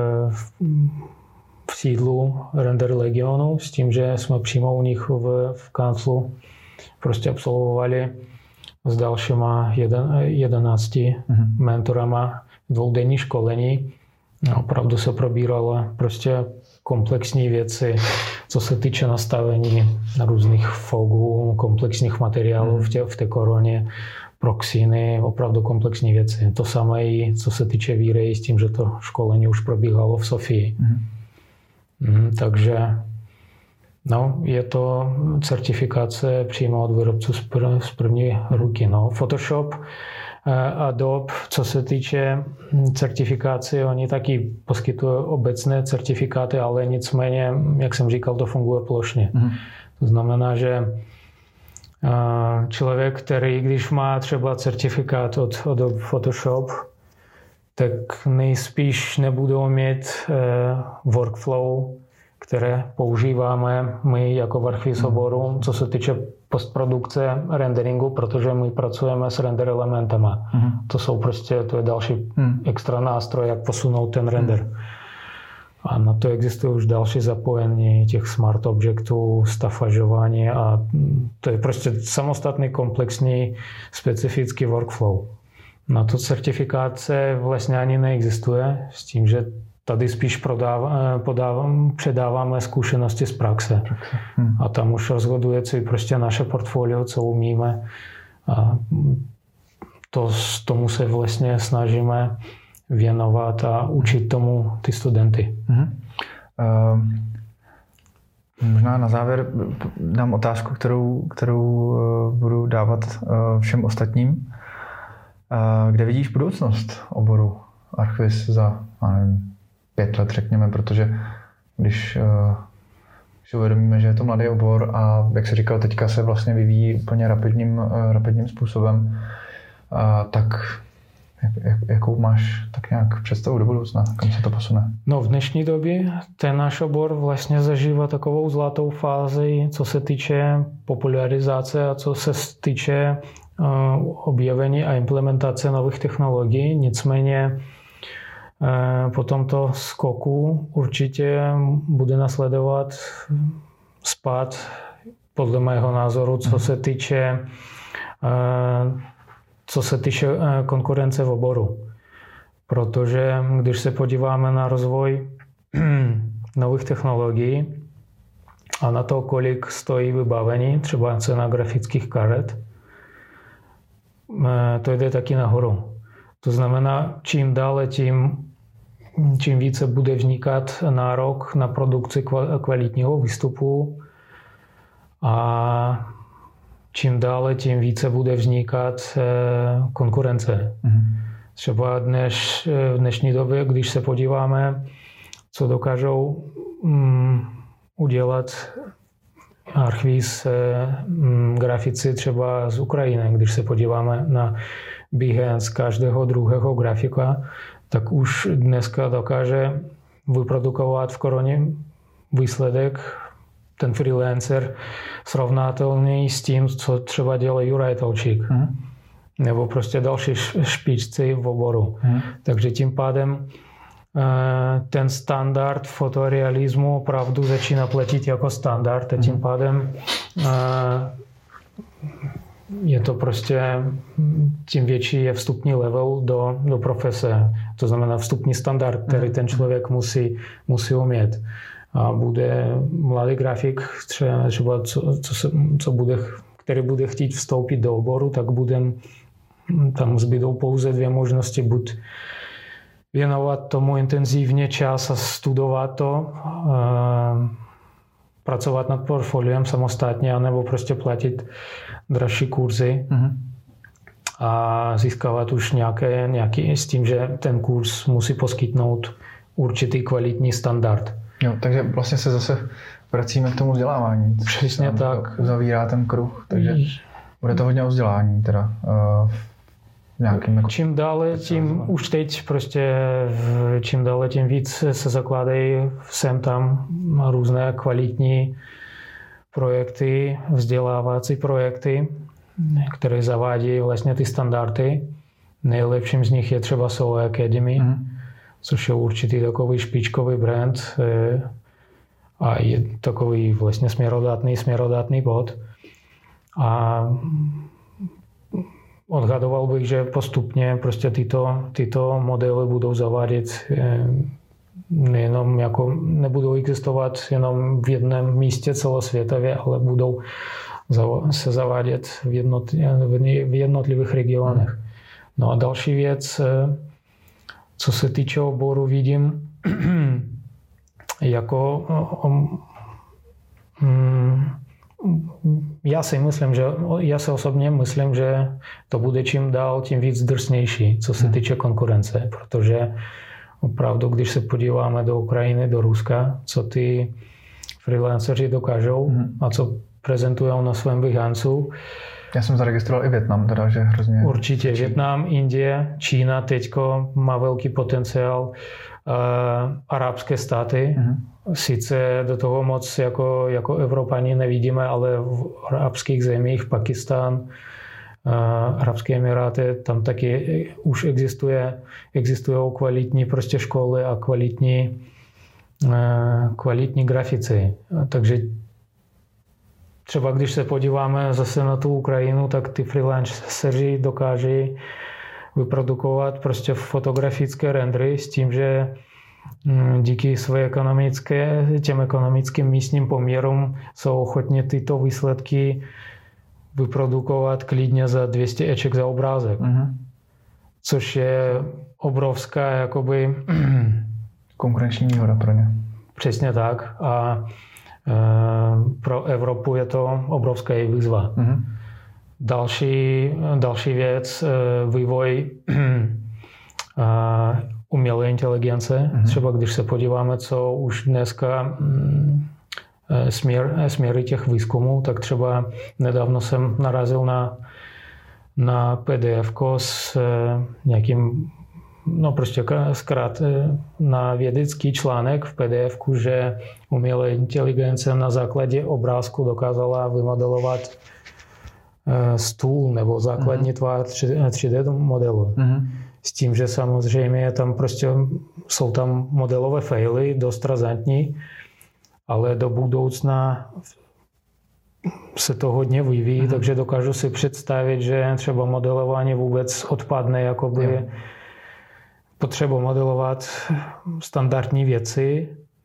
Speaker 2: v sídlu Render Legionu s tím, že jsme přímo u nich v kanclu prostě absolvovali s dalšíma 11 mentorama dvoudenní školení. Opravdu se probíralo prostě komplexní věci, co se týče nastavení různých fogů, komplexních materiálů v té koroně, proxiny, opravdu komplexní věci. To samé i co se týče výreji s tím, že to školení už probíhalo v Sofii. Takže je to certifikace přímo od výrobců z první ruky. Photoshop, Adobe, co se týče certifikace, oni taky poskytují obecné certifikáty, ale nicméně, jak jsem říkal, to funguje plošně. To znamená, že člověk, který když má třeba certifikát od Adobe Photoshop, tak nejspíš nebudou mít workflow, které používáme my jako v Archviz-oboru, co se týče postprodukce renderingu, protože my pracujeme s render elementama. To je další extra nástroj, jak posunout ten render. A na to existuje už další zapojení těch smart objektů, stafažování a to je prostě samostatný komplexní specifický workflow. Na to certifikace vlastně ani neexistuje, s tím, že tady spíš předáváme zkušenosti z praxe. A tam už rozhoduje, co je prostě naše portfolio, co umíme. A tomu se vlastně snažíme věnovat a učit tomu ty studenty.
Speaker 1: Možná na závěr dám otázku, kterou budu dávat všem ostatním. Kde vidíš budoucnost oboru Archviz za 5 let, řekněme, protože když si uvědomíme, že je to mladý obor a jak se říkal, teďka se vlastně vyvíjí úplně rapidním způsobem, tak jakou máš tak nějak představu do budoucna, kam se to posune?
Speaker 2: V dnešní době ten náš obor vlastně zažívá takovou zlatou fázi, co se týče popularizace a co se týče objevení a implementace nových technologií. Nicméně po tomto skoku určitě bude nasledovat spad, podle mého názoru, co se týče konkurence v oboru. Protože když se podíváme na rozvoj nových technologií a na to, kolik stojí vybavení, třeba cena grafických karet, to jde taky nahoru. To znamená, čím dále, čím více bude vznikat nárok na produkci kvalitního výstupu a čím dále, tím více bude vznikat konkurence. Třeba v dnešní době, když se podíváme, co dokážou udělat archvíz grafici třeba z Ukrajiny, když se podíváme na Behance každého druhého grafika, tak už dneska dokáže vyprodukovat v koroně výsledek ten freelancer srovnatelný s tím, co třeba dělá Juraj Tolčík. Nebo prostě další špičci v oboru. Takže tím pádem ten standard fotorealismu opravdu začíná platit jako standard a tím pádem je to prostě, tím větší je vstupní level do profese. To znamená vstupní standard, který ten člověk musí umět. A bude mladý grafik, třeba který bude chtít vstoupit do oboru, tak tam zbydou pouze dvě možnosti. Buď věnovat tomu intenzivně čas a studovat to, pracovat nad portfoliem samostatně, anebo prostě platit dražší kurzy a získávat už nějaký s tím, že ten kurz musí poskytnout určitý kvalitní standard.
Speaker 1: Jo, takže vlastně se zase vracíme k tomu vzdělávání.
Speaker 2: Přesně tak.
Speaker 1: Uzavírá ten kruh, takže bude to hodně o vzdělání teda.
Speaker 2: Čím dále, tím už teď prostě, čím dále, tím víc se zakládají sem tam různé kvalitní projekty, vzdělávací projekty, které zavádí vlastně ty standardy. Nejlepším z nich je třeba Solo Academy, což je určitý takový špičkový brand a je takový vlastně směrodatný bod. A odhadoval bych, že postupně prostě tyto modely budou zavádět nejenom jako, nebudou existovat jenom v jednom místě celosvětově, ale budou se zavádět v jednotlivých regionech. No a další věc, co se týče oboru, vidím jako já si osobně myslím, že to bude čím dál tím víc drsnější, co se týče konkurence, protože opravdu, když se podíváme do Ukrajiny, do Ruska, co ty freelanceři dokážou a co prezentují na svém Behanceu.
Speaker 1: Já jsem zaregistroval i Vietnam, teda, že hrozně...
Speaker 2: Určitě, Vietnam, Indie, Čína teďko má velký potenciál, arabské státy. Sice do toho moc jako Evropani nevidíme, ale v arabských zemích, Pakistán, Arabské Emiráty, tam taky už existují kvalitní prostě školy a kvalitní grafici. Takže třeba když se podíváme zase na tu Ukrajinu, tak ty freelanceři dokáží vyprodukovat prostě fotografické rendery s tím, že díky těm ekonomickým místním poměrům jsou ochotně tyto výsledky vyprodukovat klidně za 200 eček za obrázek. Což je obrovská jakoby
Speaker 1: konkurenční výhoda pro ně.
Speaker 2: Přesně tak. A pro Evropu je to obrovská výzva. Další věc, vývoj umělé inteligence. Třeba když se podíváme, co už dneska směry těch výzkumů, tak třeba nedávno jsem narazil na PDF-ko s nějakým, prostě na vědecký článek v PDF-ku, že umělá inteligence na základě obrázku dokázala vymodelovat stůl nebo základní tvar 3D modelu. S tím, že samozřejmě tam prostě jsou tam modelové faily, dost razantní, ale do budoucna se to hodně vyvíjí, takže dokážu si představit, že třeba modelování vůbec odpadne, jakoby potřeba modelovat standardní věci,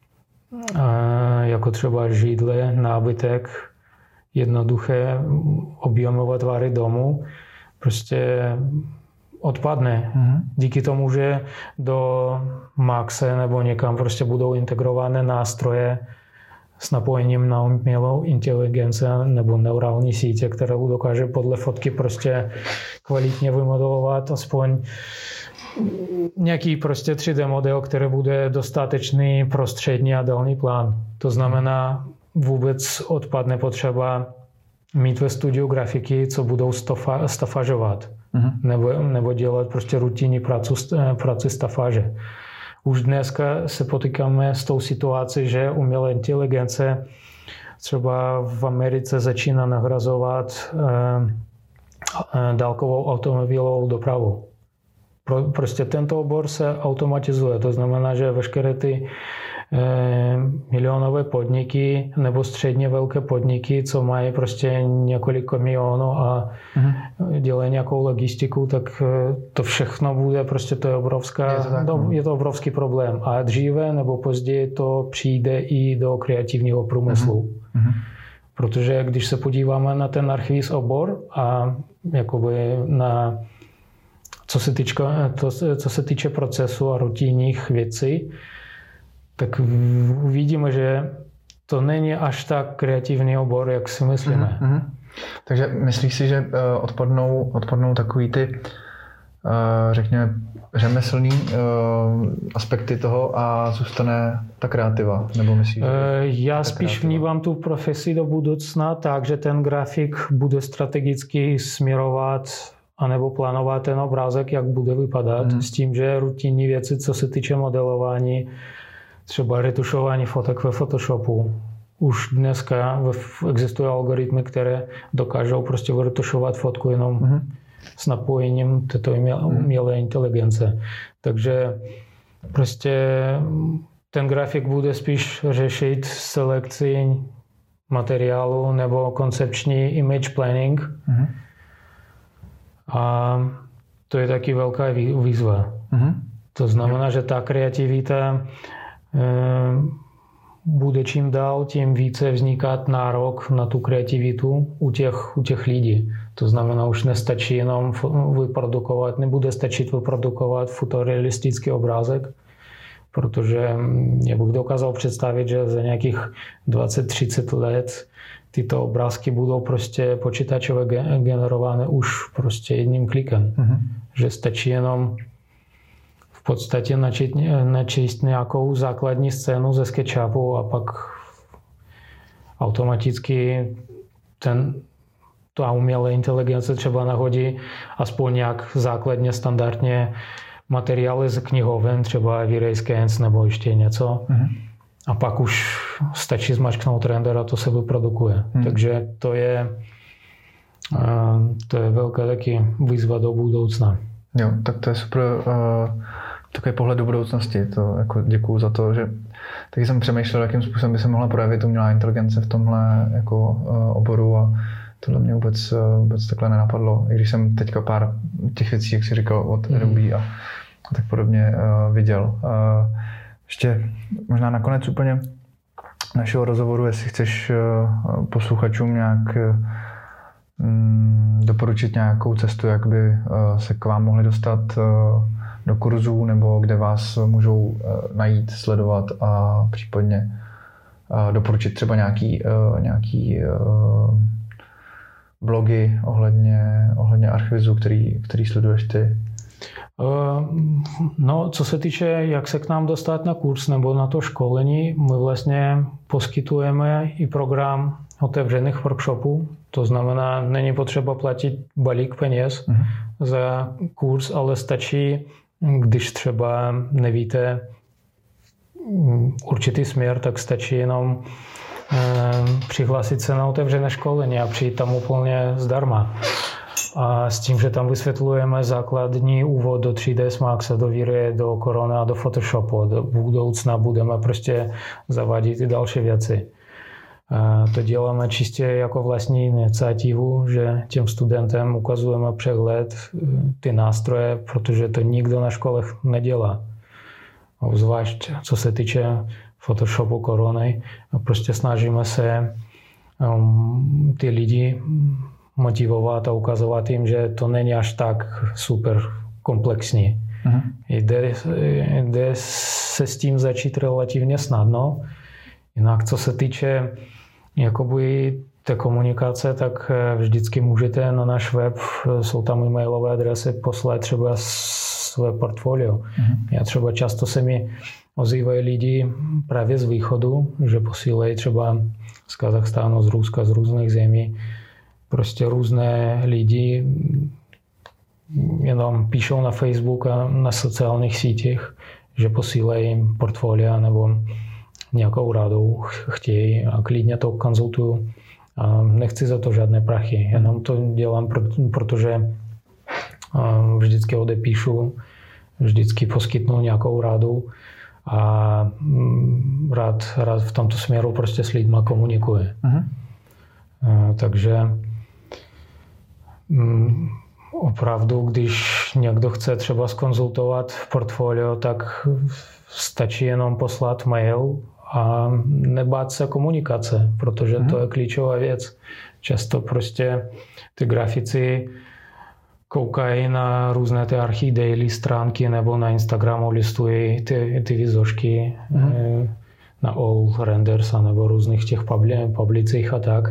Speaker 2: jako třeba židle, nábytek, jednoduché objemové tvary domu. Prostě odpadne. Díky tomu, že do Maxe nebo někam prostě budou integrované nástroje s napojením na umělou inteligenci nebo neurální sítě, které dokáže podle fotky prostě kvalitně vymodelovat aspoň nějaký prostě 3D model, který bude dostatečný prostřední a dálný plán. To znamená, vůbec odpadne potřeba mít ve studiu grafiky, co budou stafažovat. Nebo dělat prostě rutinní práci stafáže. Už dneska se potýkáme s tou situací, že umělá inteligence třeba v Americe začíná nahrazovat dálkovou automobilovou dopravu. Prostě tento obor se automatizuje. To znamená, že veškeré ty milionové podniky nebo středně velké podniky, co mají prostě několik kamionů a dělají nějakou logistiku, tak to všechno bude prostě, to je to obrovský problém. A dříve nebo později to přijde i do kreativního průmyslu. Protože když se podíváme na ten archivist obor a jakoby na co se týče procesu a rutinních věcí, tak uvidíme, že to není až tak kreativní obor, jak si myslíme.
Speaker 1: Takže myslíš si, že odpadnou takový ty, řekněme, řemeslný aspekty toho a zůstane ta kreativa? Nebo myslíš,
Speaker 2: já spíš vnímám tu profesi do budoucna tak, že ten grafik bude strategicky směrovat anebo plánovat ten obrázek, jak bude vypadat, s tím, že rutinní věci, co se týče modelování, třeba retušování fotek ve Photoshopu. Už dneska existují algoritmy, které dokážou prostě retušovat fotku jenom s napojením této umělé inteligence. Takže prostě ten grafik bude spíš řešit selekci materiálu nebo koncepční image planning. A to je taky velká výzva. To znamená, že ta kreativita bude čím dál, tím více vznikat nárok na tu kreativitu u těch lidí. To znamená, už nestačí jenom nebude stačit vyprodukovat fotorealistický obrázek, protože já bych dokázal představit, že za nějakých 20-30 let tyto obrázky budou prostě počítačově generované už prostě jedním klikem. Že stačí jenom v podstatě načíst nějakou základní scénu ze SketchUpu a pak automaticky ta umělá inteligence třeba nahodí aspoň nějak základně, standardně materiály z knihoven, třeba V-Ray Scans nebo ještě něco. A pak už stačí zmačknout render a to se vyprodukuje. Takže to je velká taky výzva do budoucna.
Speaker 1: Jo, tak to je super takový pohled do budoucnosti. To jako děkuju za to, že taky jsem přemýšlel, jakým způsobem by se mohla projevit umělá inteligence v tomhle jako oboru a tohle mě vůbec takhle nenapadlo. I když jsem teďka pár těch věcí, jak jsi říkal, od Adobe a tak podobně viděl. Ještě možná nakonec úplně našeho rozhovoru, jestli chceš posluchačům nějak doporučit nějakou cestu, jak by se k vám mohli dostat do kurzů, nebo kde vás můžou najít, sledovat a případně doporučit třeba nějaký blogy ohledně archivizu, který sleduješ ty.
Speaker 2: No, co se týče, jak se k nám dostat na kurz nebo na to školení, my vlastně poskytujeme i program otevřených workshopů. To znamená, není potřeba platit balík peněz za kurz, ale stačí, když třeba nevíte určitý směr, tak stačí jenom přihlásit se na otevřené školení a přijít tam úplně zdarma. A s tím, že tam vysvětlujeme základní úvod do 3ds Maxe, do V-Ray, do Corona, do Photoshopu. Do budoucna budeme prostě zavadit i další věci. To děláme čistě jako vlastní iniciativu, že těm studentem ukazujeme přehled, ty nástroje, protože to nikdo na školách nedělá. A zvlášť co se týče Photoshopu, Corony, prostě snažíme se ty lidi motivovat a ukazovat jim, že to není až tak super komplexní. Jde se s tím začít relativně snadno. Jinak co se týče jakoby té komunikace, tak vždycky můžete na náš web, jsou tam e-mailové adresy, poslat třeba své portfolio. Já třeba často se mi ozývají lidi právě z východu, že posílají třeba z Kazachstánu, z Ruska, z různých zemí. Prostě různé lidi jenom píšou na Facebook a na sociálních sítích, že posílají portfolia nebo nějakou radu chtějí a klidně to konzultuju. A nechci za to žádné prachy, jenom to dělám, protože vždycky odepíšu, vždycky poskytnu nějakou radu a rád v tomto směru prostě s lidma komunikuji. Takže opravdu, když někdo chce třeba zkonzultovat portfolio, tak stačí jenom poslat mail a nebát se komunikace, protože to je klíčová věc. Často prostě ty grafici koukají na různé ty Archidaily stránky nebo na Instagramu listují ty výzožky na All Renders a nebo různých těch publicích a tak.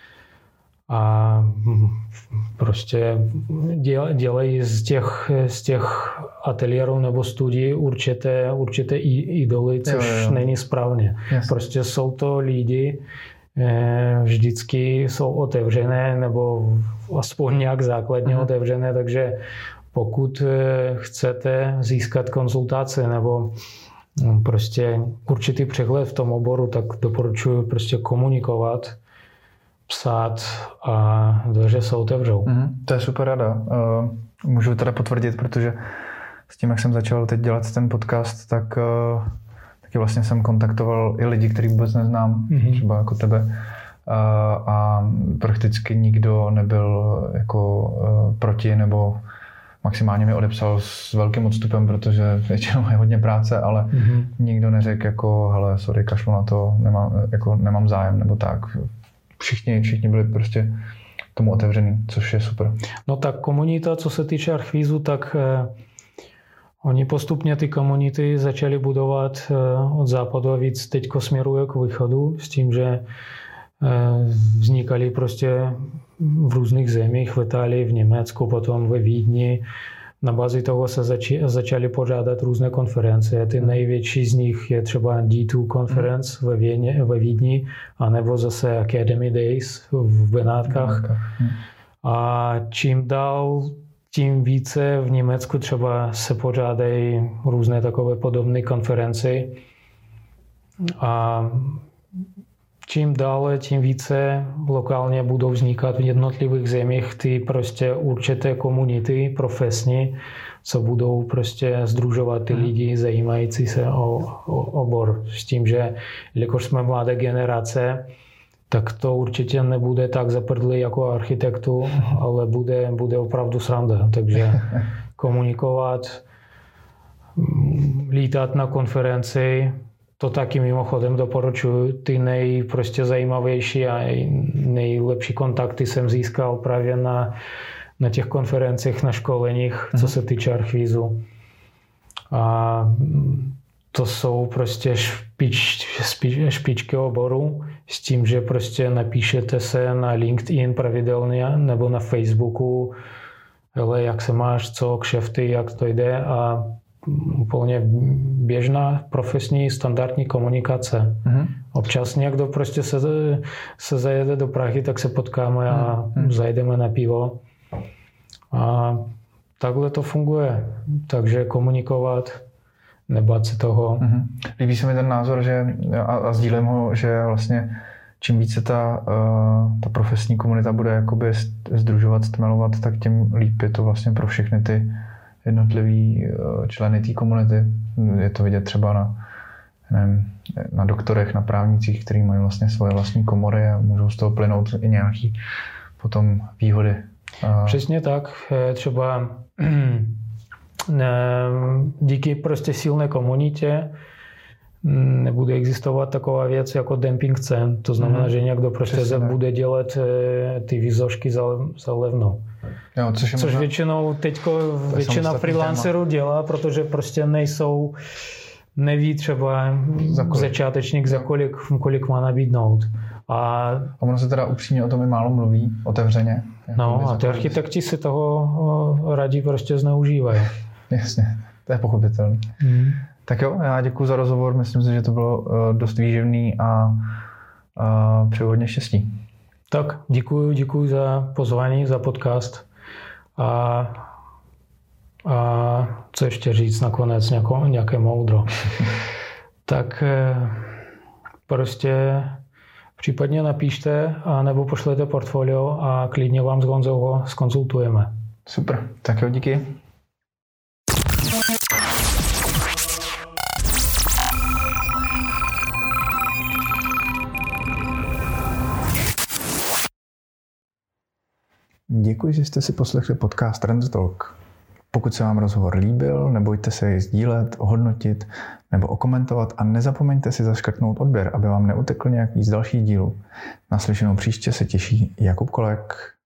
Speaker 2: A prostě dělají z těch ateliérů nebo studií určité idoly, což není správně.
Speaker 1: Yes.
Speaker 2: Prostě jsou to lidi, vždycky jsou otevřené nebo aspoň nějak základně otevřené, takže pokud chcete získat konzultaci nebo prostě určitý přehled v tom oboru, tak doporučuji prostě komunikovat, psát a dveře se otevřou.
Speaker 1: To je super rada. Můžu teda potvrdit, protože s tím, jak jsem začal teď dělat ten podcast, tak taky vlastně jsem kontaktoval i lidi, který vůbec neznám, třeba jako tebe. A prakticky nikdo nebyl jako proti, nebo maximálně mi odepsal s velkým odstupem, protože většinou je hodně práce, ale nikdo neřekl jako hele, sorry, kašlu na to, nemám zájem, nebo tak. Všichni byli prostě tomu otevřený, což je super.
Speaker 2: No tak komunita, co se týče Archvízu, tak oni postupně ty komunity začali budovat od západu a víc teďko směruje k východu s tím, že vznikaly prostě v různých zemích, v Itálii, v Německu, potom ve Vídni. Na bázi toho se začaly pořádat různé konference. Ty největší z nich je třeba D2 Conference ve Vídni, anebo zase Academy Days v Benátkách. A čím dál, tím více v Německu třeba se pořádají různé takové podobné konference. A čím dále, tím více lokálně budou vznikat v jednotlivých zemích ty prostě určité komunity profesní, co budou prostě sdružovat ty lidi zajímající se o obor. S tím, že jelikož jsme mladé generace, tak to určitě nebude tak zaprdlý jako architektu, ale bude opravdu sranda. Takže komunikovat, lítat na konferenci, to taky mimochodem doporučuji. Ty prostě zajímavější a nejlepší kontakty jsem získal právě na těch konferencích, na školeních, co se týče Archvízu. A to jsou prostě špičky oboru s tím, že prostě napíšete se na LinkedIn pravidelně nebo na Facebooku, hele, jak se máš, co, kšefty, jak to jde a úplně běžná profesní standardní komunikace. Občas někdo prostě se zajede do Prahy, tak se potkáme a zajdeme na pivo. A takhle to funguje. Takže komunikovat, nebát se toho.
Speaker 1: Líbí se mi ten názor, že a sdílím ho, že vlastně čím více ta profesní komunita bude jakoby sdružovat, stmelovat, tak tím líp je to vlastně pro všechny ty jednotlivý členy té komunity. Je to vidět třeba na doktorech, na právnících, kteří mají vlastně svoje vlastní komory a můžou z toho plynout i nějaký potom výhody.
Speaker 2: Přesně tak. Třeba díky prostě silné komunitě nebude existovat taková věc jako dumping cen. To znamená, že někdo prostě bude dělat ty výzožky za levnou.
Speaker 1: Jo, což
Speaker 2: většinou teďko většina freelancerů dělá, protože prostě neví třeba začátečník za kolik má nabídnout. A
Speaker 1: ono se teda upřímně o tom i málo mluví, otevřeně.
Speaker 2: No a ty architekti si toho rádi prostě zneužívají.
Speaker 1: Jasně, to je pochopitelné. Tak jo, já děkuji za rozhovor, myslím si, že to bylo dost výživný a přeju hodně štěstí.
Speaker 2: Tak, děkuji za pozvání, za podcast a co ještě říct nakonec, nějaké moudro. Tak prostě případně napište a nebo pošlete portfolio a klidně vám s Honzou ho zkonzultujeme.
Speaker 1: Super, tak jo, díky. Děkuji, že jste si poslechli podcast Render Talk. Pokud se vám rozhovor líbil, nebojte se jej sdílet, ohodnotit nebo okomentovat a nezapomeňte si zaškrtnout odběr, aby vám neutekl nějaký z dalších dílů. Naslyšenou příště se těší Jakub Kolek.